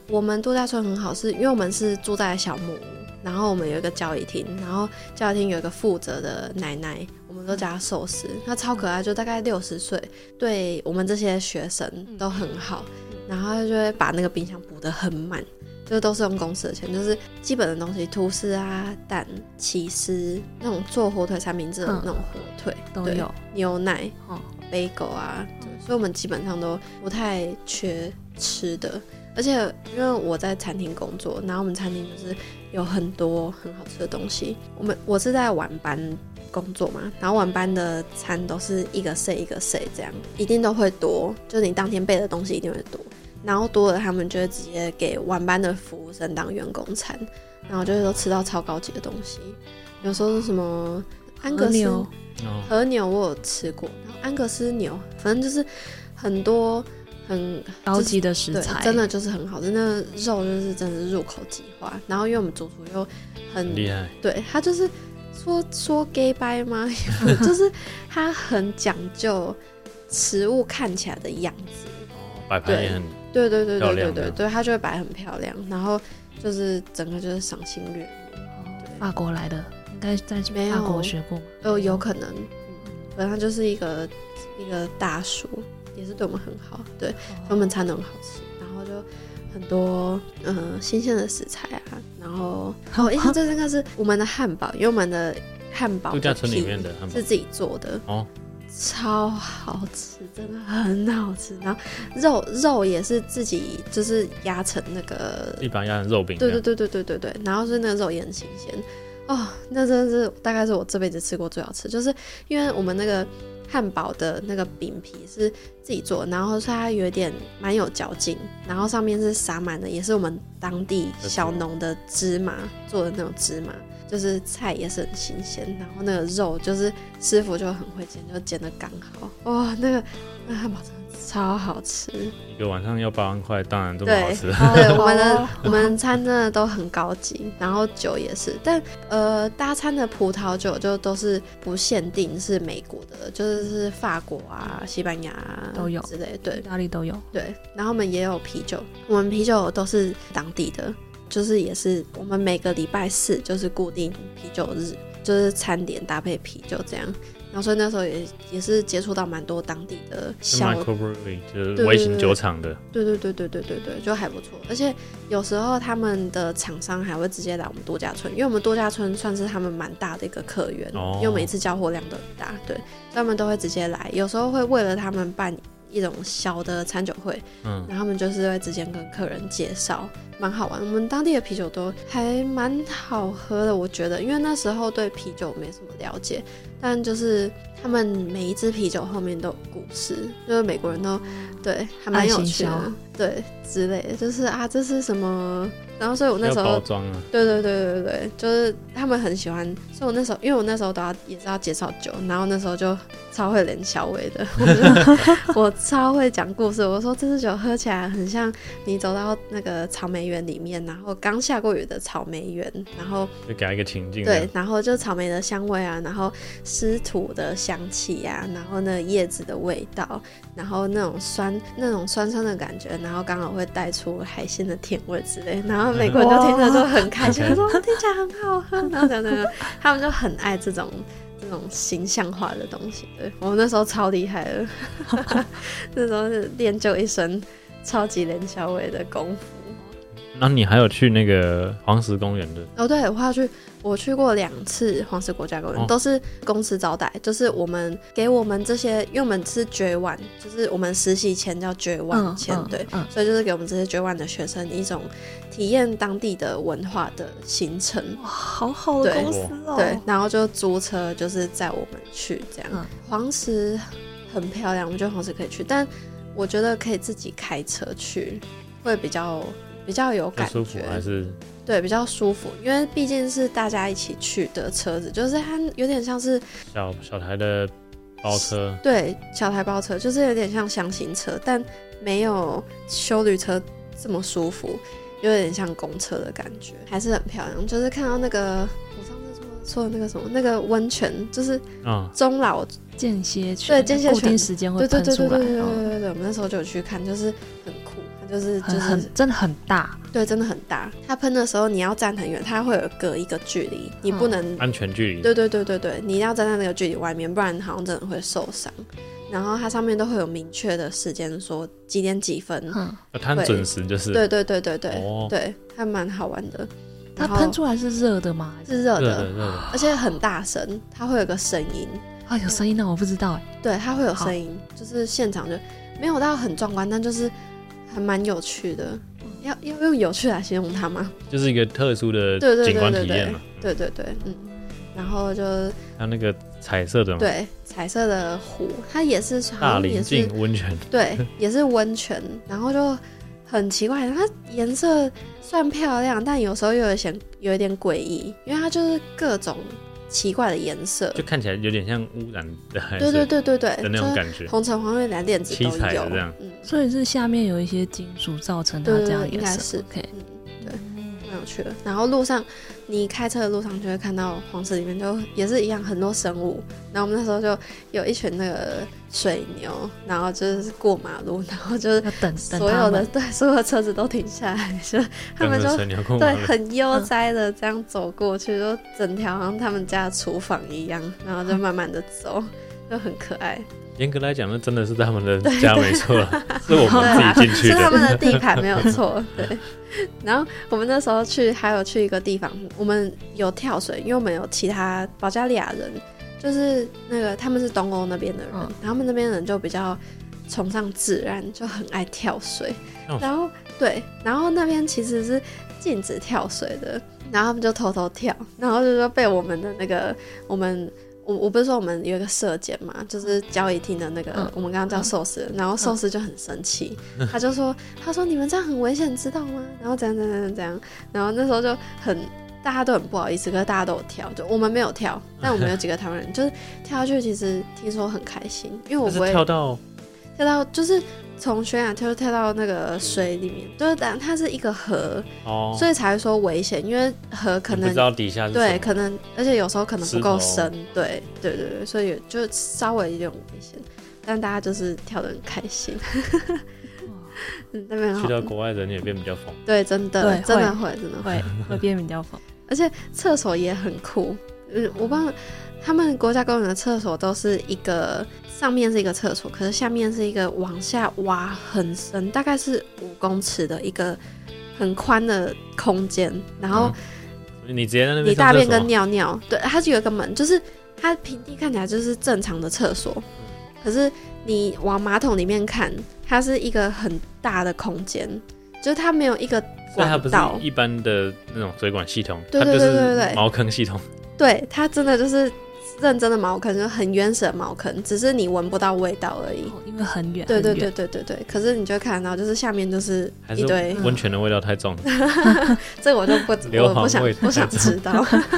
我们度假村很好，是因为我们是住在小木屋，然后我们有一个交易厅，然后交易厅有一个负责的奶奶，我们都叫她寿司，她超可爱，就大概60岁，对我们这些学生都很好，然后她就会把那个冰箱补得很满，就是都是用公司的钱，就是基本的东西，吐司啊、蛋、起司那种做火腿三明治的那种火腿、 都有， 牛奶、bagel 啊，所以我们基本上都不太缺吃的。而且因为我在餐厅工作，然后我们餐厅就是有很多很好吃的东西。我是在晚班工作嘛，然后晚班的餐都是一个 set 一个 set 这样，一定都会多，就是你当天备的东西一定会多。然后多了，他们就会直接给晚班的服务生当员工餐，然后就会都吃到超高级的东西。有时候是什么安格斯和牛，我有吃过，然后安格斯牛，反正就是很多。很高级的食材， 真的就是很好吃，那肉就是真的是入口即化。然后因为我们主厨又很厉害， 对他就是说 gay 掰吗？就是他很讲究食物看起来的样子， 摆盘也很对，他就会摆很漂亮，然后就是整个就是赏心悦目。 法国来的，应该在法国学过吗？ 有可能，反正他就是一个大叔。也是对我们很好，对，我们餐都很好吃，然后就很多新鲜的食材啊，然后印象最深刻是我们的汉堡，因为我们的汉堡度假村里面的汉堡是自己做的哦， 超好吃，真的很好吃。然后肉也是自己就是压成那个一般压成肉饼， 对，然后所以那个肉也很新鲜哦，那真的是大概是我这辈子吃过最好吃，就是因为我们那个汉堡的那个饼皮是自己做的，然后它有点蛮有嚼劲，然后上面是撒满的，也是我们当地小农的芝麻做的那种芝麻，就是菜也是很新鲜，然后那个肉就是师傅就很会煎，就煎得刚好。哇，那汉堡真的超好吃， 一个晚上要8万块，当然这么好吃。 对，我们餐真的都很高级，然后酒也是，但搭餐的葡萄酒就都是不限定是美国的，就是法国啊、西班牙都有之类，对， 意大利都有， 对，然后我们也有啤酒，我们啤酒都是当地的，就是也是我们每个礼拜4就是固定啤酒日，就是餐点搭配啤酒这样。然后所以那时候也是接触到蛮多当地的小 microbrewery， 就是微型酒厂的， 对，就还不错。而且有时候他们的厂商还会直接来我们度假村，因为我们度假村算是他们蛮大的一个客源，因为我们一次交货量都很大，对，所以他们都会直接来。有时候会为了他们办一种小的餐酒会，然后他们就是会直接跟客人介绍，蛮好玩。我们当地的啤酒都还蛮好喝的，我觉得，因为那时候对啤酒没什么了解，但就是他们每一支啤酒后面都有故事，就是美国人都对还蛮有趣的，对之类的，就是啊这是什么，然后所以我那时候包装啊， 对，就是他们很喜欢，所以我那时候因为我那时候也是要介绍酒，然后那时候就超会连小伟的，我超会讲故事。我说这支酒喝起来很像你走到那个草莓园里面，然后刚下过雨的草莓园，然后就给他一个情境， 对，然后就草莓的香味啊，然后湿土的香气啊，然后那个叶子的味道，然后那种酸酸的感觉，然后刚好会带出海鲜的甜味之类，然后美国人就听着就很开心，说听起来很好喝，然后他们就很爱这种形象化的东西。对，我们那时候超厉害的，那时候是练就一身超级连小伟的功夫。 那你还有去那个黄石公园的？ 哦，对，我去过2次黄石国家公园，都是公司招待，就是给我们这些，因为我们是J1，就是我们实习签叫J1签，对，所以就是给我们这些J1的学生一种体验当地的文化的行程。 哇，好好的公司哦。 对，然后就租车就是载我们去这样。黄石很漂亮，我觉得黄石可以去，但我觉得可以自己开车去，会比较有感觉， 舒服还是？ 对，比较舒服，因为毕竟是大家一起去的车子，就是它有点像是小台的包车， 对，小台包车，就是有点像箱型车，但没有休旅车这么舒服，有点像公车的感觉，还是很漂亮。就是看到那个我上次说的那个什么那个温泉，就是中老间歇泉， 对，间歇泉固定时间会喷出来， 对，我们那时候就有去看，就是很酷。 它就是真的很大。 对，真的很大。它喷的时候你要站很远，它会有隔一个距离，你不能安全距离。 对，你一定要站在那个距离外面，不然好像真的会受伤。然后它上面都会有明确的时间，说几点几分。 它很准时就是。 对，对，还蛮好玩的。 它喷出来是热的吗？ 是热的，而且很大声，它会有个声音。 啊，有声音呢，我不知道哎。 对，它会有声音，就是现场就没有到很壮观，但就是还蛮有趣的。要用有趣来形容它吗？ 就是一个特殊的景观体验嘛。 对，然后就还有那个彩色的嘛。 对，彩色的湖，它也是大林径温泉。 对，也是温泉，然后就很奇怪，它颜色算漂亮，但有时候又有一点诡异，因为它就是各种奇怪的颜色， 就看起来有点像污染的， 对的那种感觉， 红橙黄绿蓝靛紫都有， 七彩的这样。 所以是下面有一些金属造成它这样的颜色， 应该是 OK。 对，蛮有趣的。然后路上你开车的路上就会看到黄石里面就也是一样很多生物，然后我们那时候就有一群那个水牛，然后就是过马路，然后就是所有的车子都停下来，就他们就对很悠哉的这样走过去，就整条好像他们家的厨房一样，然后就慢慢的走，就很可爱。 严格来讲，那真的是他们的家没错了，是我们自己进去的， 是他们的地盘没有错。对，然后我们那时候还有去一个地方，我们有跳水，因为我们有其他保加利亚人，就是那个他们是东欧那边的人，然后他们那边的人就比较崇尚自然，就很爱跳水。然后对，然后那边其实是禁止跳水的，然后他们就偷偷跳，然后就说被我们的那个我不是说我们有一个射箭嘛，就是交易厅的那个，我们刚刚叫寿司，然后寿司就很生气，他说你们这样很危险，知道吗？然后怎样，然后那时候就大家都很不好意思，可是大家都有跳，就我们没有跳，但我们有几个台湾人就是跳下去，其实听说很开心，因为我不会跳到就是从悬崖跳到那个水里面，就是它是一个河，所以才会说危险，因为河可能不知道底下是什么， 对，可能而且有时候可能不够深，对，所以就稍微有点危险，但大家就是跳得很开心。那边去到国外人也变比较疯， 对，真的会变比较疯， 而且厕所也很酷，我不知道他们国家公园的厕所都是一个。上面是一个厕所，可是下面是一个往下挖很深，大概是5公尺的一个很宽的空间。然后你直接在那边你大便跟尿尿，对，它就有一个门，就是它平地看起来就是正常的厕所，可是你往马桶里面看，它是一个很大的空间，就是它没有一个管道，所以它不是一般的那种水管系统， 对， 它就是茅坑系统。 对，它真的就是认真的茅坑，就很原始的茅坑，只是你闻不到味道而已， 因为很远。 对，可是你就会看得到，就是下面就是一堆温泉的味道太重了。 这个我就不想知道。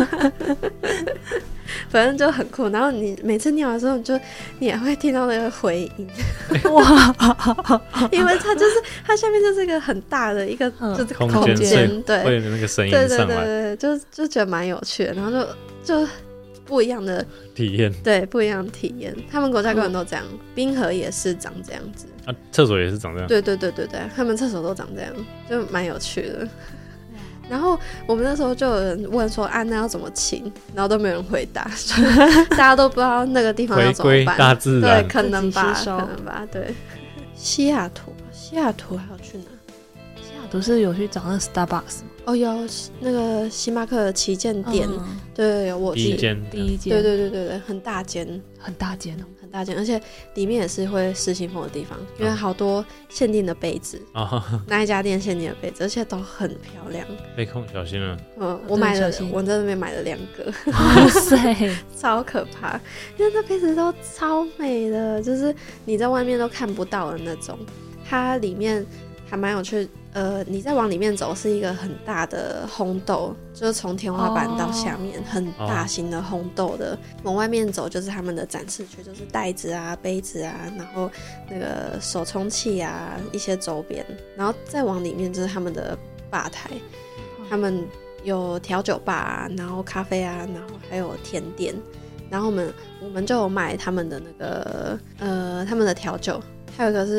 反正就很酷，然后你每次尿的时候，你也会听到那个回音，哇！因为它下面就是一个很大的一个就是空间，对， 会有那个声音上来， 对，就觉得蛮有趣的，然后就不一样的体验， 对，不一样的体验。他们国家公园都这样，冰河也是长这样子啊，厕所也是长这样， 对，他们厕所都长这样，就蛮有趣的。然后我们那时候就有人问说那要怎么清，然后都没有人回答，大家都不知道那个地方要怎么办， 回归大自然， 对，可能吧，对。西雅图还有去哪？ 西雅图是有去找那个 Starbucks 吗？ 有那个星巴克的旗舰店，对，我第一间， 对，很大间，而且里面也是会失心疯的地方，因为好多限定的杯子，那一家店限定的杯子，而且都很漂亮。 杯控小心了， 我在那边买了2个， 哇塞， 超可怕，因为那杯子都超美的，就是你在外面都看不到的那种，它里面还蛮有趣。你再往里面走是一个很大的烘豆，就是从天花板到下面很大型的烘豆的。往外面走就是他们的展示区，就是袋子啊、杯子啊，然后那个手冲器啊，一些周边。然后再往里面就是他们的吧台，他们有调酒吧啊，然后咖啡啊，然后还有甜点。然后我们就有买他们的那个他们的调酒。还有一个是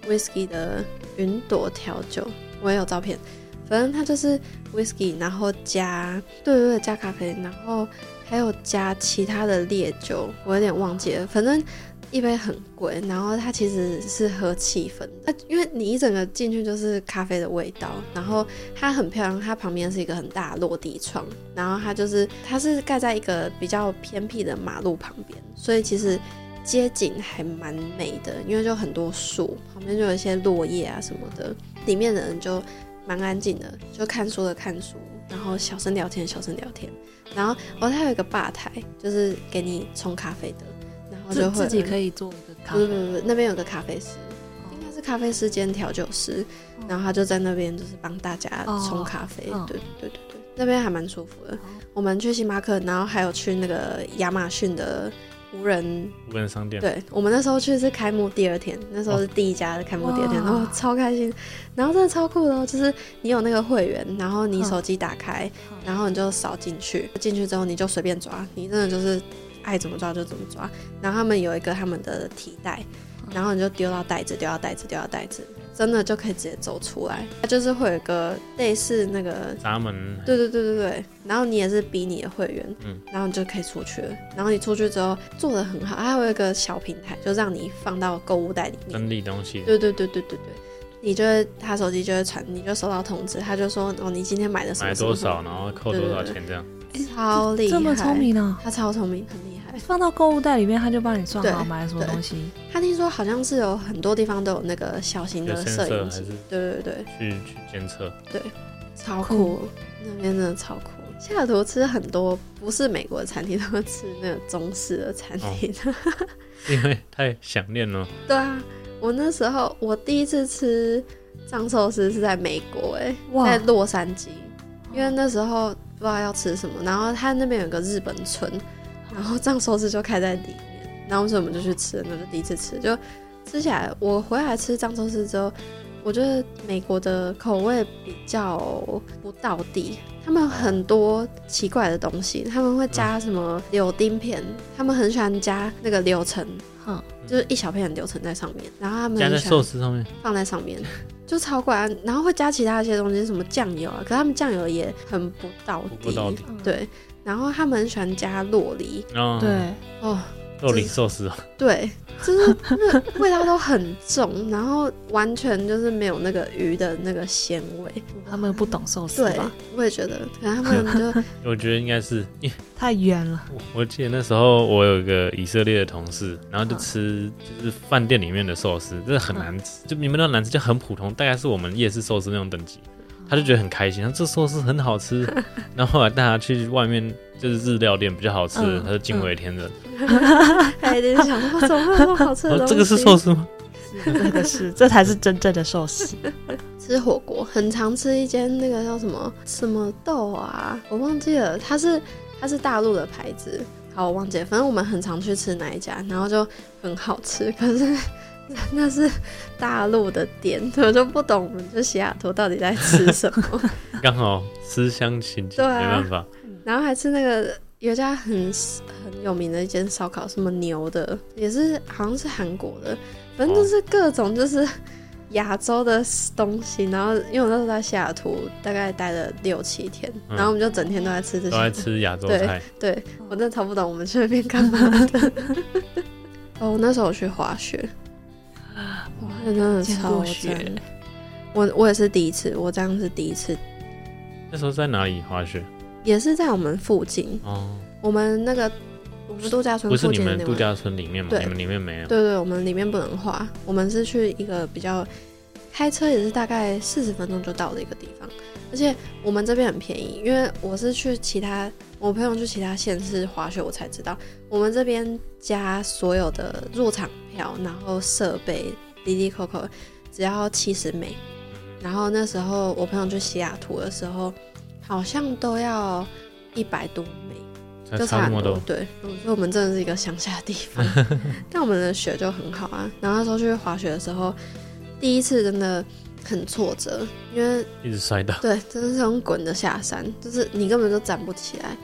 whisky 的云朵调酒，我也有照片。反正它就是 whisky， 然后加对加咖啡，然后还有加其他的烈酒，我有点忘记了。反正一杯很贵，然后它其实是喝气氛的，因为你一整个进去就是咖啡的味道，然后它很漂亮，它旁边是一个很大的落地窗，然后它是盖在一个比较偏僻的马路旁边，所以其实街景还蛮美的，因为就很多树，旁边就有一些落叶啊什么的，里面的人就蛮安静的，就看书的看书，然后小声聊天，然后它有一个吧台，就是给你冲咖啡的，然后就会自己可以做一个咖啡。 不，那边有个咖啡师，应该是咖啡师兼调酒师，然后他就在那边就是帮大家冲咖啡。对，那边还蛮舒服的。我们去星巴克，然后还有去那个亚马逊的无人商店。 对，我们那时候去是开幕第2天，那时候是第一家的开幕第2天，然后超开心，然后真的超酷的就是你有那个会员，然后你手机打开，然后你就扫进去之后你就随便抓，你真的就是爱怎么抓就怎么抓。然后他们有一个他们的提袋，然后你就丢到袋子，真的就可以直接走出来。它就是会有一个类似那个闸门， 对，然后你也是逼你的会员，然后你就可以出去了。然后你出去之后做得很好，它会有一个小平台，就让你放到购物袋里面整理东西。 对，你就会他手机就会传，你就收到通知，他就说你今天买的什么买多少，然后扣多少钱这样。 超厉害， 这么聪明啊！ 他超聪明，很厉害。 放到购物袋里面，他就帮你算好买了什么东西。 他听说好像是有很多地方都有那个小型的摄影机，对， 去监测。 对，超酷，那边真的超酷。西雅图吃很多不是美国的餐厅，都吃那个中式的餐厅， 因为太想念了。 对啊，我那时候我第一次吃藏寿司是在美国，在洛杉矶，因为那时候不知道要吃什么，然后他那边有个日本村，然后藏寿司就开在里面，然后所以我们就去吃了，那就第一次吃，就吃起来。我回来吃藏寿司之后，我觉得美国的口味比较不道地，他们很多奇怪的东西，他们会加什么柳丁片，他们很喜欢加那个柳橙，就是一小片的柳橙在上面，然后他们加在寿司上面， 放在上面。就超怪，然后会加其他一些东西，什么酱油啊，可是他们酱油也很不道地，对。然后他们很喜欢加酪梨， 对， 酪梨寿司， 对，就是那味道都很重，然后完全就是没有那个鱼的那个鲜味。 他们不懂寿司吧？ 对，我也觉得，可能他们就我觉得应该是太远了。 我记得那时候我有一个以色列的同事，然后就吃就是饭店里面的寿司，真的很难吃，就你们那难吃，就很普通，大概是我们夜市寿司那种等级。他就觉得很开心，他这寿司很好吃，然后后来带他去外面就是日料店比较好吃，他就惊为天人。 他一定想说怎么会有那么好吃的东西？ 这个是寿司吗？ 这才是真正的寿司。 吃火锅很常吃一间那个叫什么豆啊，我忘记了，它是大陆的牌子，好我忘记了，反正我们很常去吃那一家，然后就很好吃，可是那是大陆的店，我就不懂我们这西雅图到底在吃什么。 刚好思乡情结，没办法。 然后还吃那个有一家很有名的一间烧烤，什么牛的，也是好像是韩国的，反正就是各种就是亚洲的东西。然后因为我那时候在西雅图大概待了6-7天，然后我们就整天都在吃这些， 都在吃亚洲菜。 对，我真的超不懂我们去那边干嘛的。我那时候有去滑雪。哇，真的超赞！我也是第一次，我这样是第一次。 那时候在哪里滑雪？ 也是在我们附近。我们度假村不是你们度假村里面吗？ 对， 你们里面没有。 对，我们里面不能滑，我们是去一个比较开车也是大概40分钟就到的一个地方，而且我们这边很便宜，因为我是去我朋友去其他县市滑雪，我才知道我们这边加所有的入场票，然后设备滴滴扣扣只要70美，然后那时候我朋友去西雅图的时候好像都要100多美，就差很多。对，所以我们真的是一个乡下的地方，但我们的雪就很好啊。然后那时候去滑雪的时候，第一次真的很挫折，因为一直摔倒。 对，真的是用滚的下山，就是你根本就站不起来。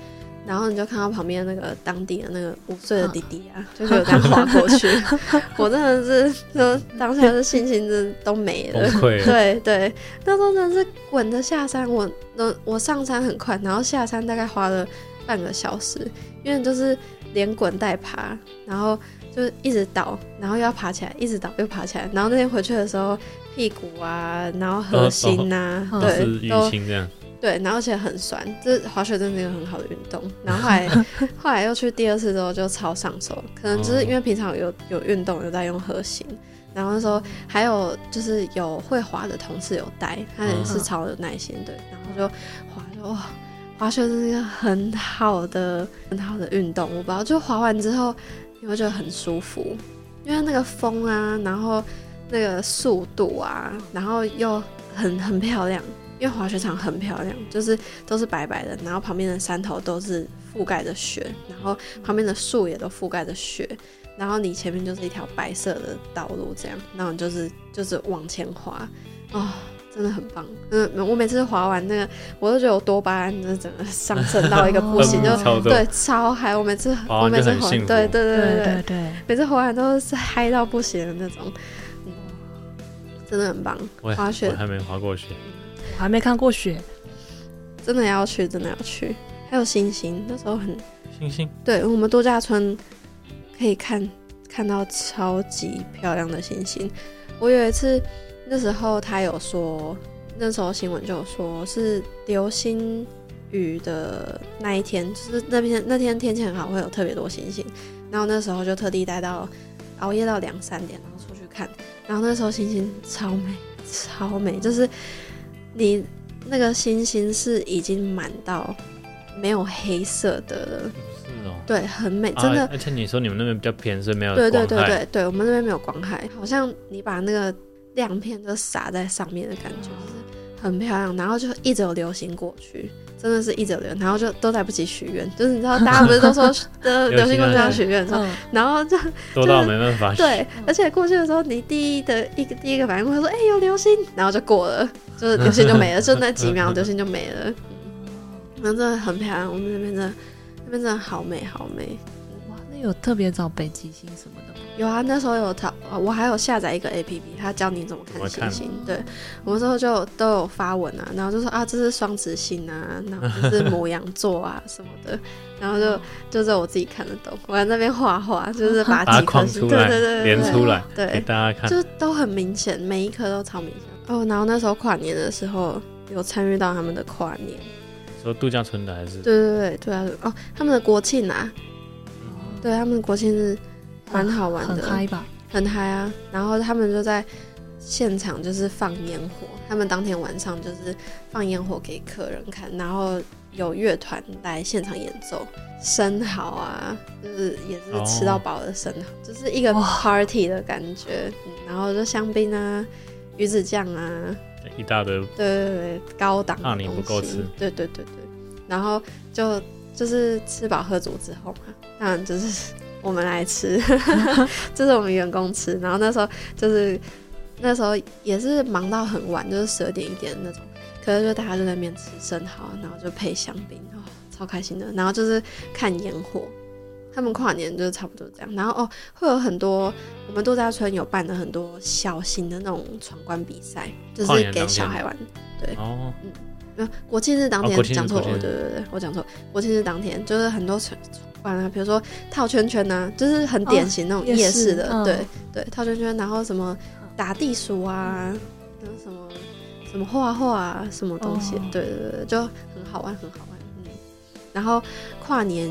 然后你就看到旁边那个当地的那个5岁的弟弟啊，就有这样滑过去，我真的是就当下的信心真的都没了， 崩溃了。 对对，那时候真的是滚着下山，我上山很快，然后下山大概花了半个小时，因为就是连滚带爬，然后就一直倒，然后又要爬起来，一直倒又爬起来，然后那天回去的时候，屁股啊，然后核心啊，对， 是淤青这样。 对，然后而且很酸，这滑雪真的是一个很好的运动。然后后来又去第2次之后就超上手，可能就是因为平常有运动有在用核心，然后那时候还有就是有会滑的同事有带，他也是超有耐心的，然后就滑雪是一个很好的运动，我不知道就滑完之后你会觉得很舒服，因为那个风啊，然后那个速度啊，然后又很漂亮。因为滑雪场很漂亮，就是都是白白的，然后旁边的山头都是覆盖着雪，然后旁边的树也都覆盖着雪，然后你前面就是一条白色的道路这样，然后你就是往前滑，真的很棒。我每次滑完那个，我都觉得我多巴胺就是整个上升到一个不行，就对超嗨。我每次滑，对，每次滑完都是嗨到不行的那种，真的很棒。滑雪我还没滑过雪。 我还没看过雪， 真的要去。还有星星，那时候星星， 对，我们度假村可以看到超级漂亮的星星。我有一次，那时候他有说，那时候新闻就有说是流星雨的那一天，就是那天天气很好，会有特别多星星。然后那时候就特地熬夜到2-3点，然后出去看。然后那时候星星超美，就是你那个星星是已经满到没有黑色的了。 是哦， 对，很美，真的。 而且你说你们那边比较偏，所以没有光害。 对，我们那边没有光害，好像你把那个亮片就洒在上面的感觉，就是很漂亮。然后就一直有流星过去，真的是一直有流星，然后就都来不及许愿，就是你知道大家不是都说流星过去要许愿的时候，然后就多到没办法许。 对，而且过去的时候，你第一个反应会说，有流星，然后就过了，就是流星就没了，就那几秒流星就没了。然后真的很漂亮，我们那边真的好美。 哇，那有特别找北极星什么的吗？ 有啊，那时候我还有下载一个 APP， 它教你怎么看星星。对，我们之后就都有发文啊，然后就说这是双子星啊，然后这是牡羊座啊什么的，然后就是我自己看得懂，我在那边画，就是把几颗星对连出来， 对， 给大家看， 就都很明显，每一颗都超明显。然后那时候跨年的时候有参与到他们的跨年。 说度假村的还是？ 对啊，他们的国庆啊，对，他们的国庆是蛮好玩的， 很嗨吧？ 很嗨啊！然后他们就在现场就是放烟火，他们当天晚上就是放烟火给客人看，然后有乐团来现场演奏，生蚝啊，就是也是吃到饱的生蚝，就是一个 party 的感觉。然后就香槟啊、鱼子酱啊。 一大堆， 对，高档的东西， 你不够吃， 对，然后就是吃饱喝足之后嘛，当然就是我们来吃，就是我们员工吃，然后那时候也是忙到很晚，就是12点1点那种，可是就大家就在那边吃生蚝，然后就配香槟，超开心的，然后就是看烟火。他们跨年就是差不多这样，然后会有很多我们度假村有办了很多小型的那种闯关比赛，就是给小孩玩。对，国庆日当天讲错，对，我讲错，国庆日当天就是很多闯关啊，比如说套圈圈啊，就是很典型那种夜市的，对，套圈圈，然后什么打地鼠啊，然后什么画画啊，什么东西，对，就很好玩。然后跨年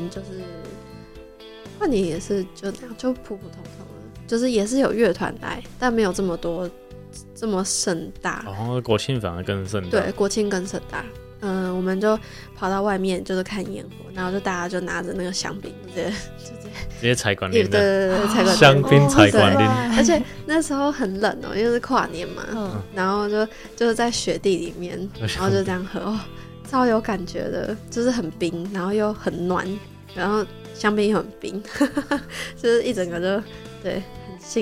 也是就这样，就普普通通的，就是也是有乐团来，但没有这么多这么盛大。 国庆反而更盛大。 对，国庆更盛大。我们就跑到外面就是看烟火，然后就大家就拿着那个香槟，直接采管铃的， 对，采管铃， 香槟采管铃。 而且那时候很冷因为是跨年嘛，然后就是在雪地里面，然后就这样喝，超有感觉的，就是很冰，然后又很暖，然后香槟又很冰，就是一整个就对很幸福。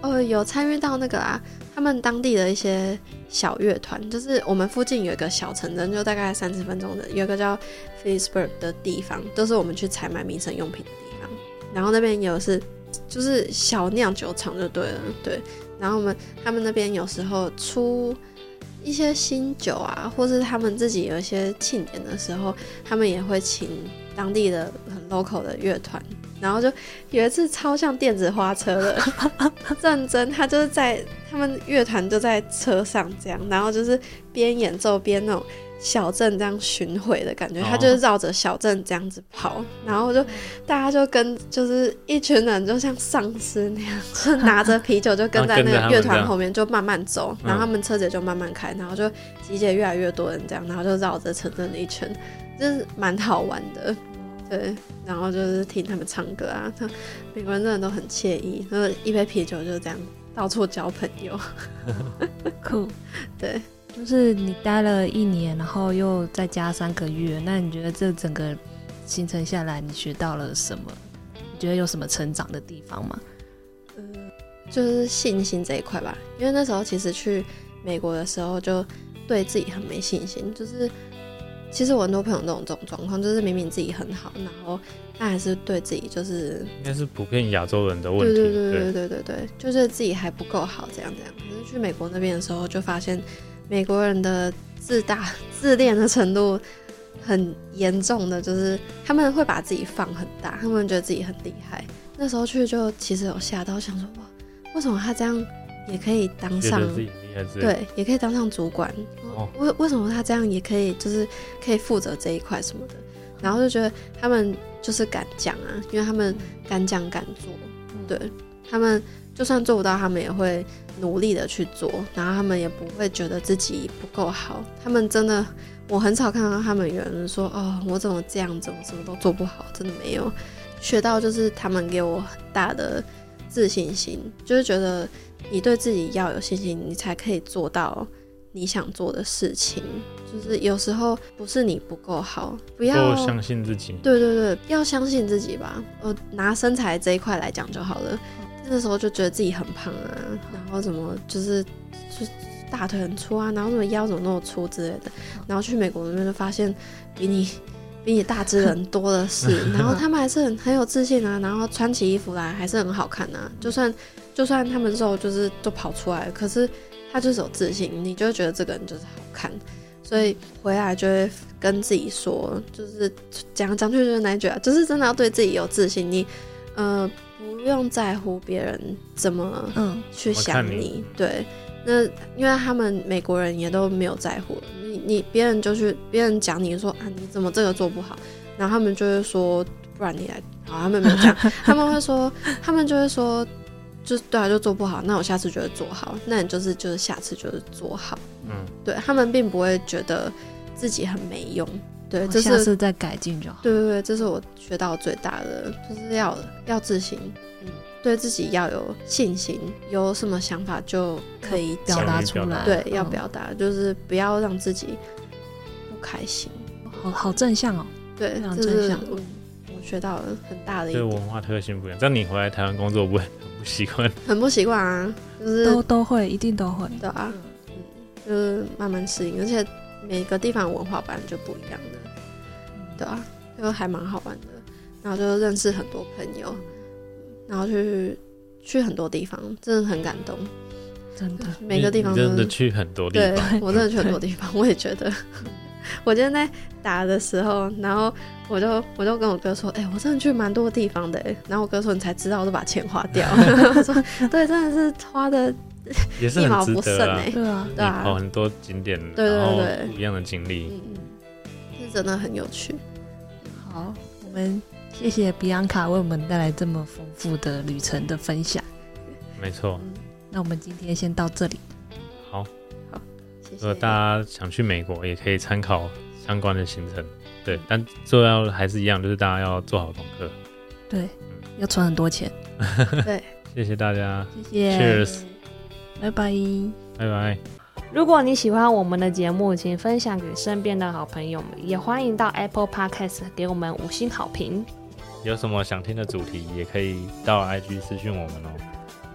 有参与到那个啊，他们当地的一些小乐团，就是我们附近有一个小城镇，就大概30分钟的，有一个叫 Phillipsburg 的地方，都是我们去采买民生用品的地方。然后那边有就是小酿酒厂就对了，对。然后他们那边有时候出一些新酒啊，或是他们自己有一些庆典的时候，他们也会请当地的很 local 的乐团。然后就有一次超像电子花车的，认真，他就是他们乐团就在车上这样，然后就是边演奏边那种小镇这样巡回的感觉，他就是绕着小镇这样子跑，然后大家就就是一群人就像丧尸那样，就拿着啤酒就跟在那个乐团后面就慢慢走，然后他们车子就慢慢开，然后就集结越来越多人这样，然后就绕着城镇的一圈，就是蛮好玩的。对，然后就是听他们唱歌啊，美国人真的都很惬意，就是一杯啤酒就这样到处交朋友。 酷， 对， 就是你待了1年，然后又再加3个月，那你觉得这整个行程下来，你学到了什么？你觉得有什么成长的地方吗？ 就是信心这一块吧，因为那时候其实去美国的时候就对自己很没信心，就是其实我很多朋友都有这种状况，就是明明自己很好，然后他还是对自己就是应该是普遍亚洲人的问题。 对，就是自己还不够好这样。可是去美国那边的时候，就发现美国人的自恋的程度很严重的，就是他们会把自己放很大，他们觉得自己很厉害。那时候去就其实有吓到，想说哇，为什么他这样也可以当上，对，也可以当上主管。为什么他这样也可以，就是可以负责这一块什么的？然后就觉得他们就是敢讲啊，因为他们敢讲敢做，对，他们就算做不到，他们也会努力的去做，然后他们也不会觉得自己不够好。他们真的，我很少看到他们有人说我怎么这样子，我什么都做不好，真的没有。学到就是他们给我很大的自信心，就是觉得你对自己要有信心，你才可以做到你想做的事情。就是有时候不是你不够好，不要相信自己。 对，要相信自己吧。拿身材这一块来讲就好了。那时候就觉得自己很胖啊，然后怎么就是大腿很粗啊，然后什么腰怎么那么粗之类的。然后去美国那边就发现比你大只人多的是，然后他们还是很有自信啊，然后穿起衣服来还是很好看啊。就算他们肉就是都跑出来了，可是他就是有自信，你就会觉得这个人就是好看。所以回来就会跟自己说，就是讲去就是那一句啊，就是真的要对自己有自信。你不用在乎别人怎么去想你，对。那因为他们美国人也都没有在乎你别人讲你说啊你怎么这个做不好，然后他们就会说不然你来，好，他们没有这样，他们就会说就对啊，就做不好，那我下次就会做好，那你就是下次就是做好，对，他们并不会觉得自己很没用，对，这是下次再改进就好。 对，这是我学到最大的，就是要自信，对自己要有信心，有什么想法就可以表达出来， 对，要表达，就是不要让自己不开心。 好正向哦， 对， 非常正向。 我学到了很大的一点， 对文化特性不一样。这样你回来台湾工作不会很不习惯？ 很不习惯啊，就是都会，一定都会。 对啊，就是慢慢适应，而且每个地方文化本来就不一样的，对啊，就还蛮好玩的。然后就认识很多朋友，然后去很多地方，真的很感动。 真的， 每个地方你真的去很多地方。 对，我真的去很多地方，我也觉得。我今天在打的时候，然后我就跟我哥说，我真的去蛮多地方的，然后我哥说你才知道我都把钱花掉。我说对，真的是花的一毛不剩对啊， 你跑很多景点， 对， 不一样的经历， 是真的很有趣。 好，我们谢谢比安卡为我们带来这么丰富的旅程的分享。 没错， 那我们今天先到这里。 好， 谢谢。 如果大家想去美国，也可以参考相关的行程。对，但最要还是一样，就是大家要做好功课。 对，要存很多钱。 对， 谢谢大家， 谢谢 ，Cheers， 拜拜， 拜拜。 如果你喜欢我们的节目，请分享给身边的好朋友们，也欢迎到 Apple Podcast 给我们5星好评。 有什么想听的主题，也可以到 IG 私讯我们哦。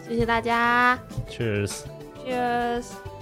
谢谢大家 Cheers。 ，Cheers。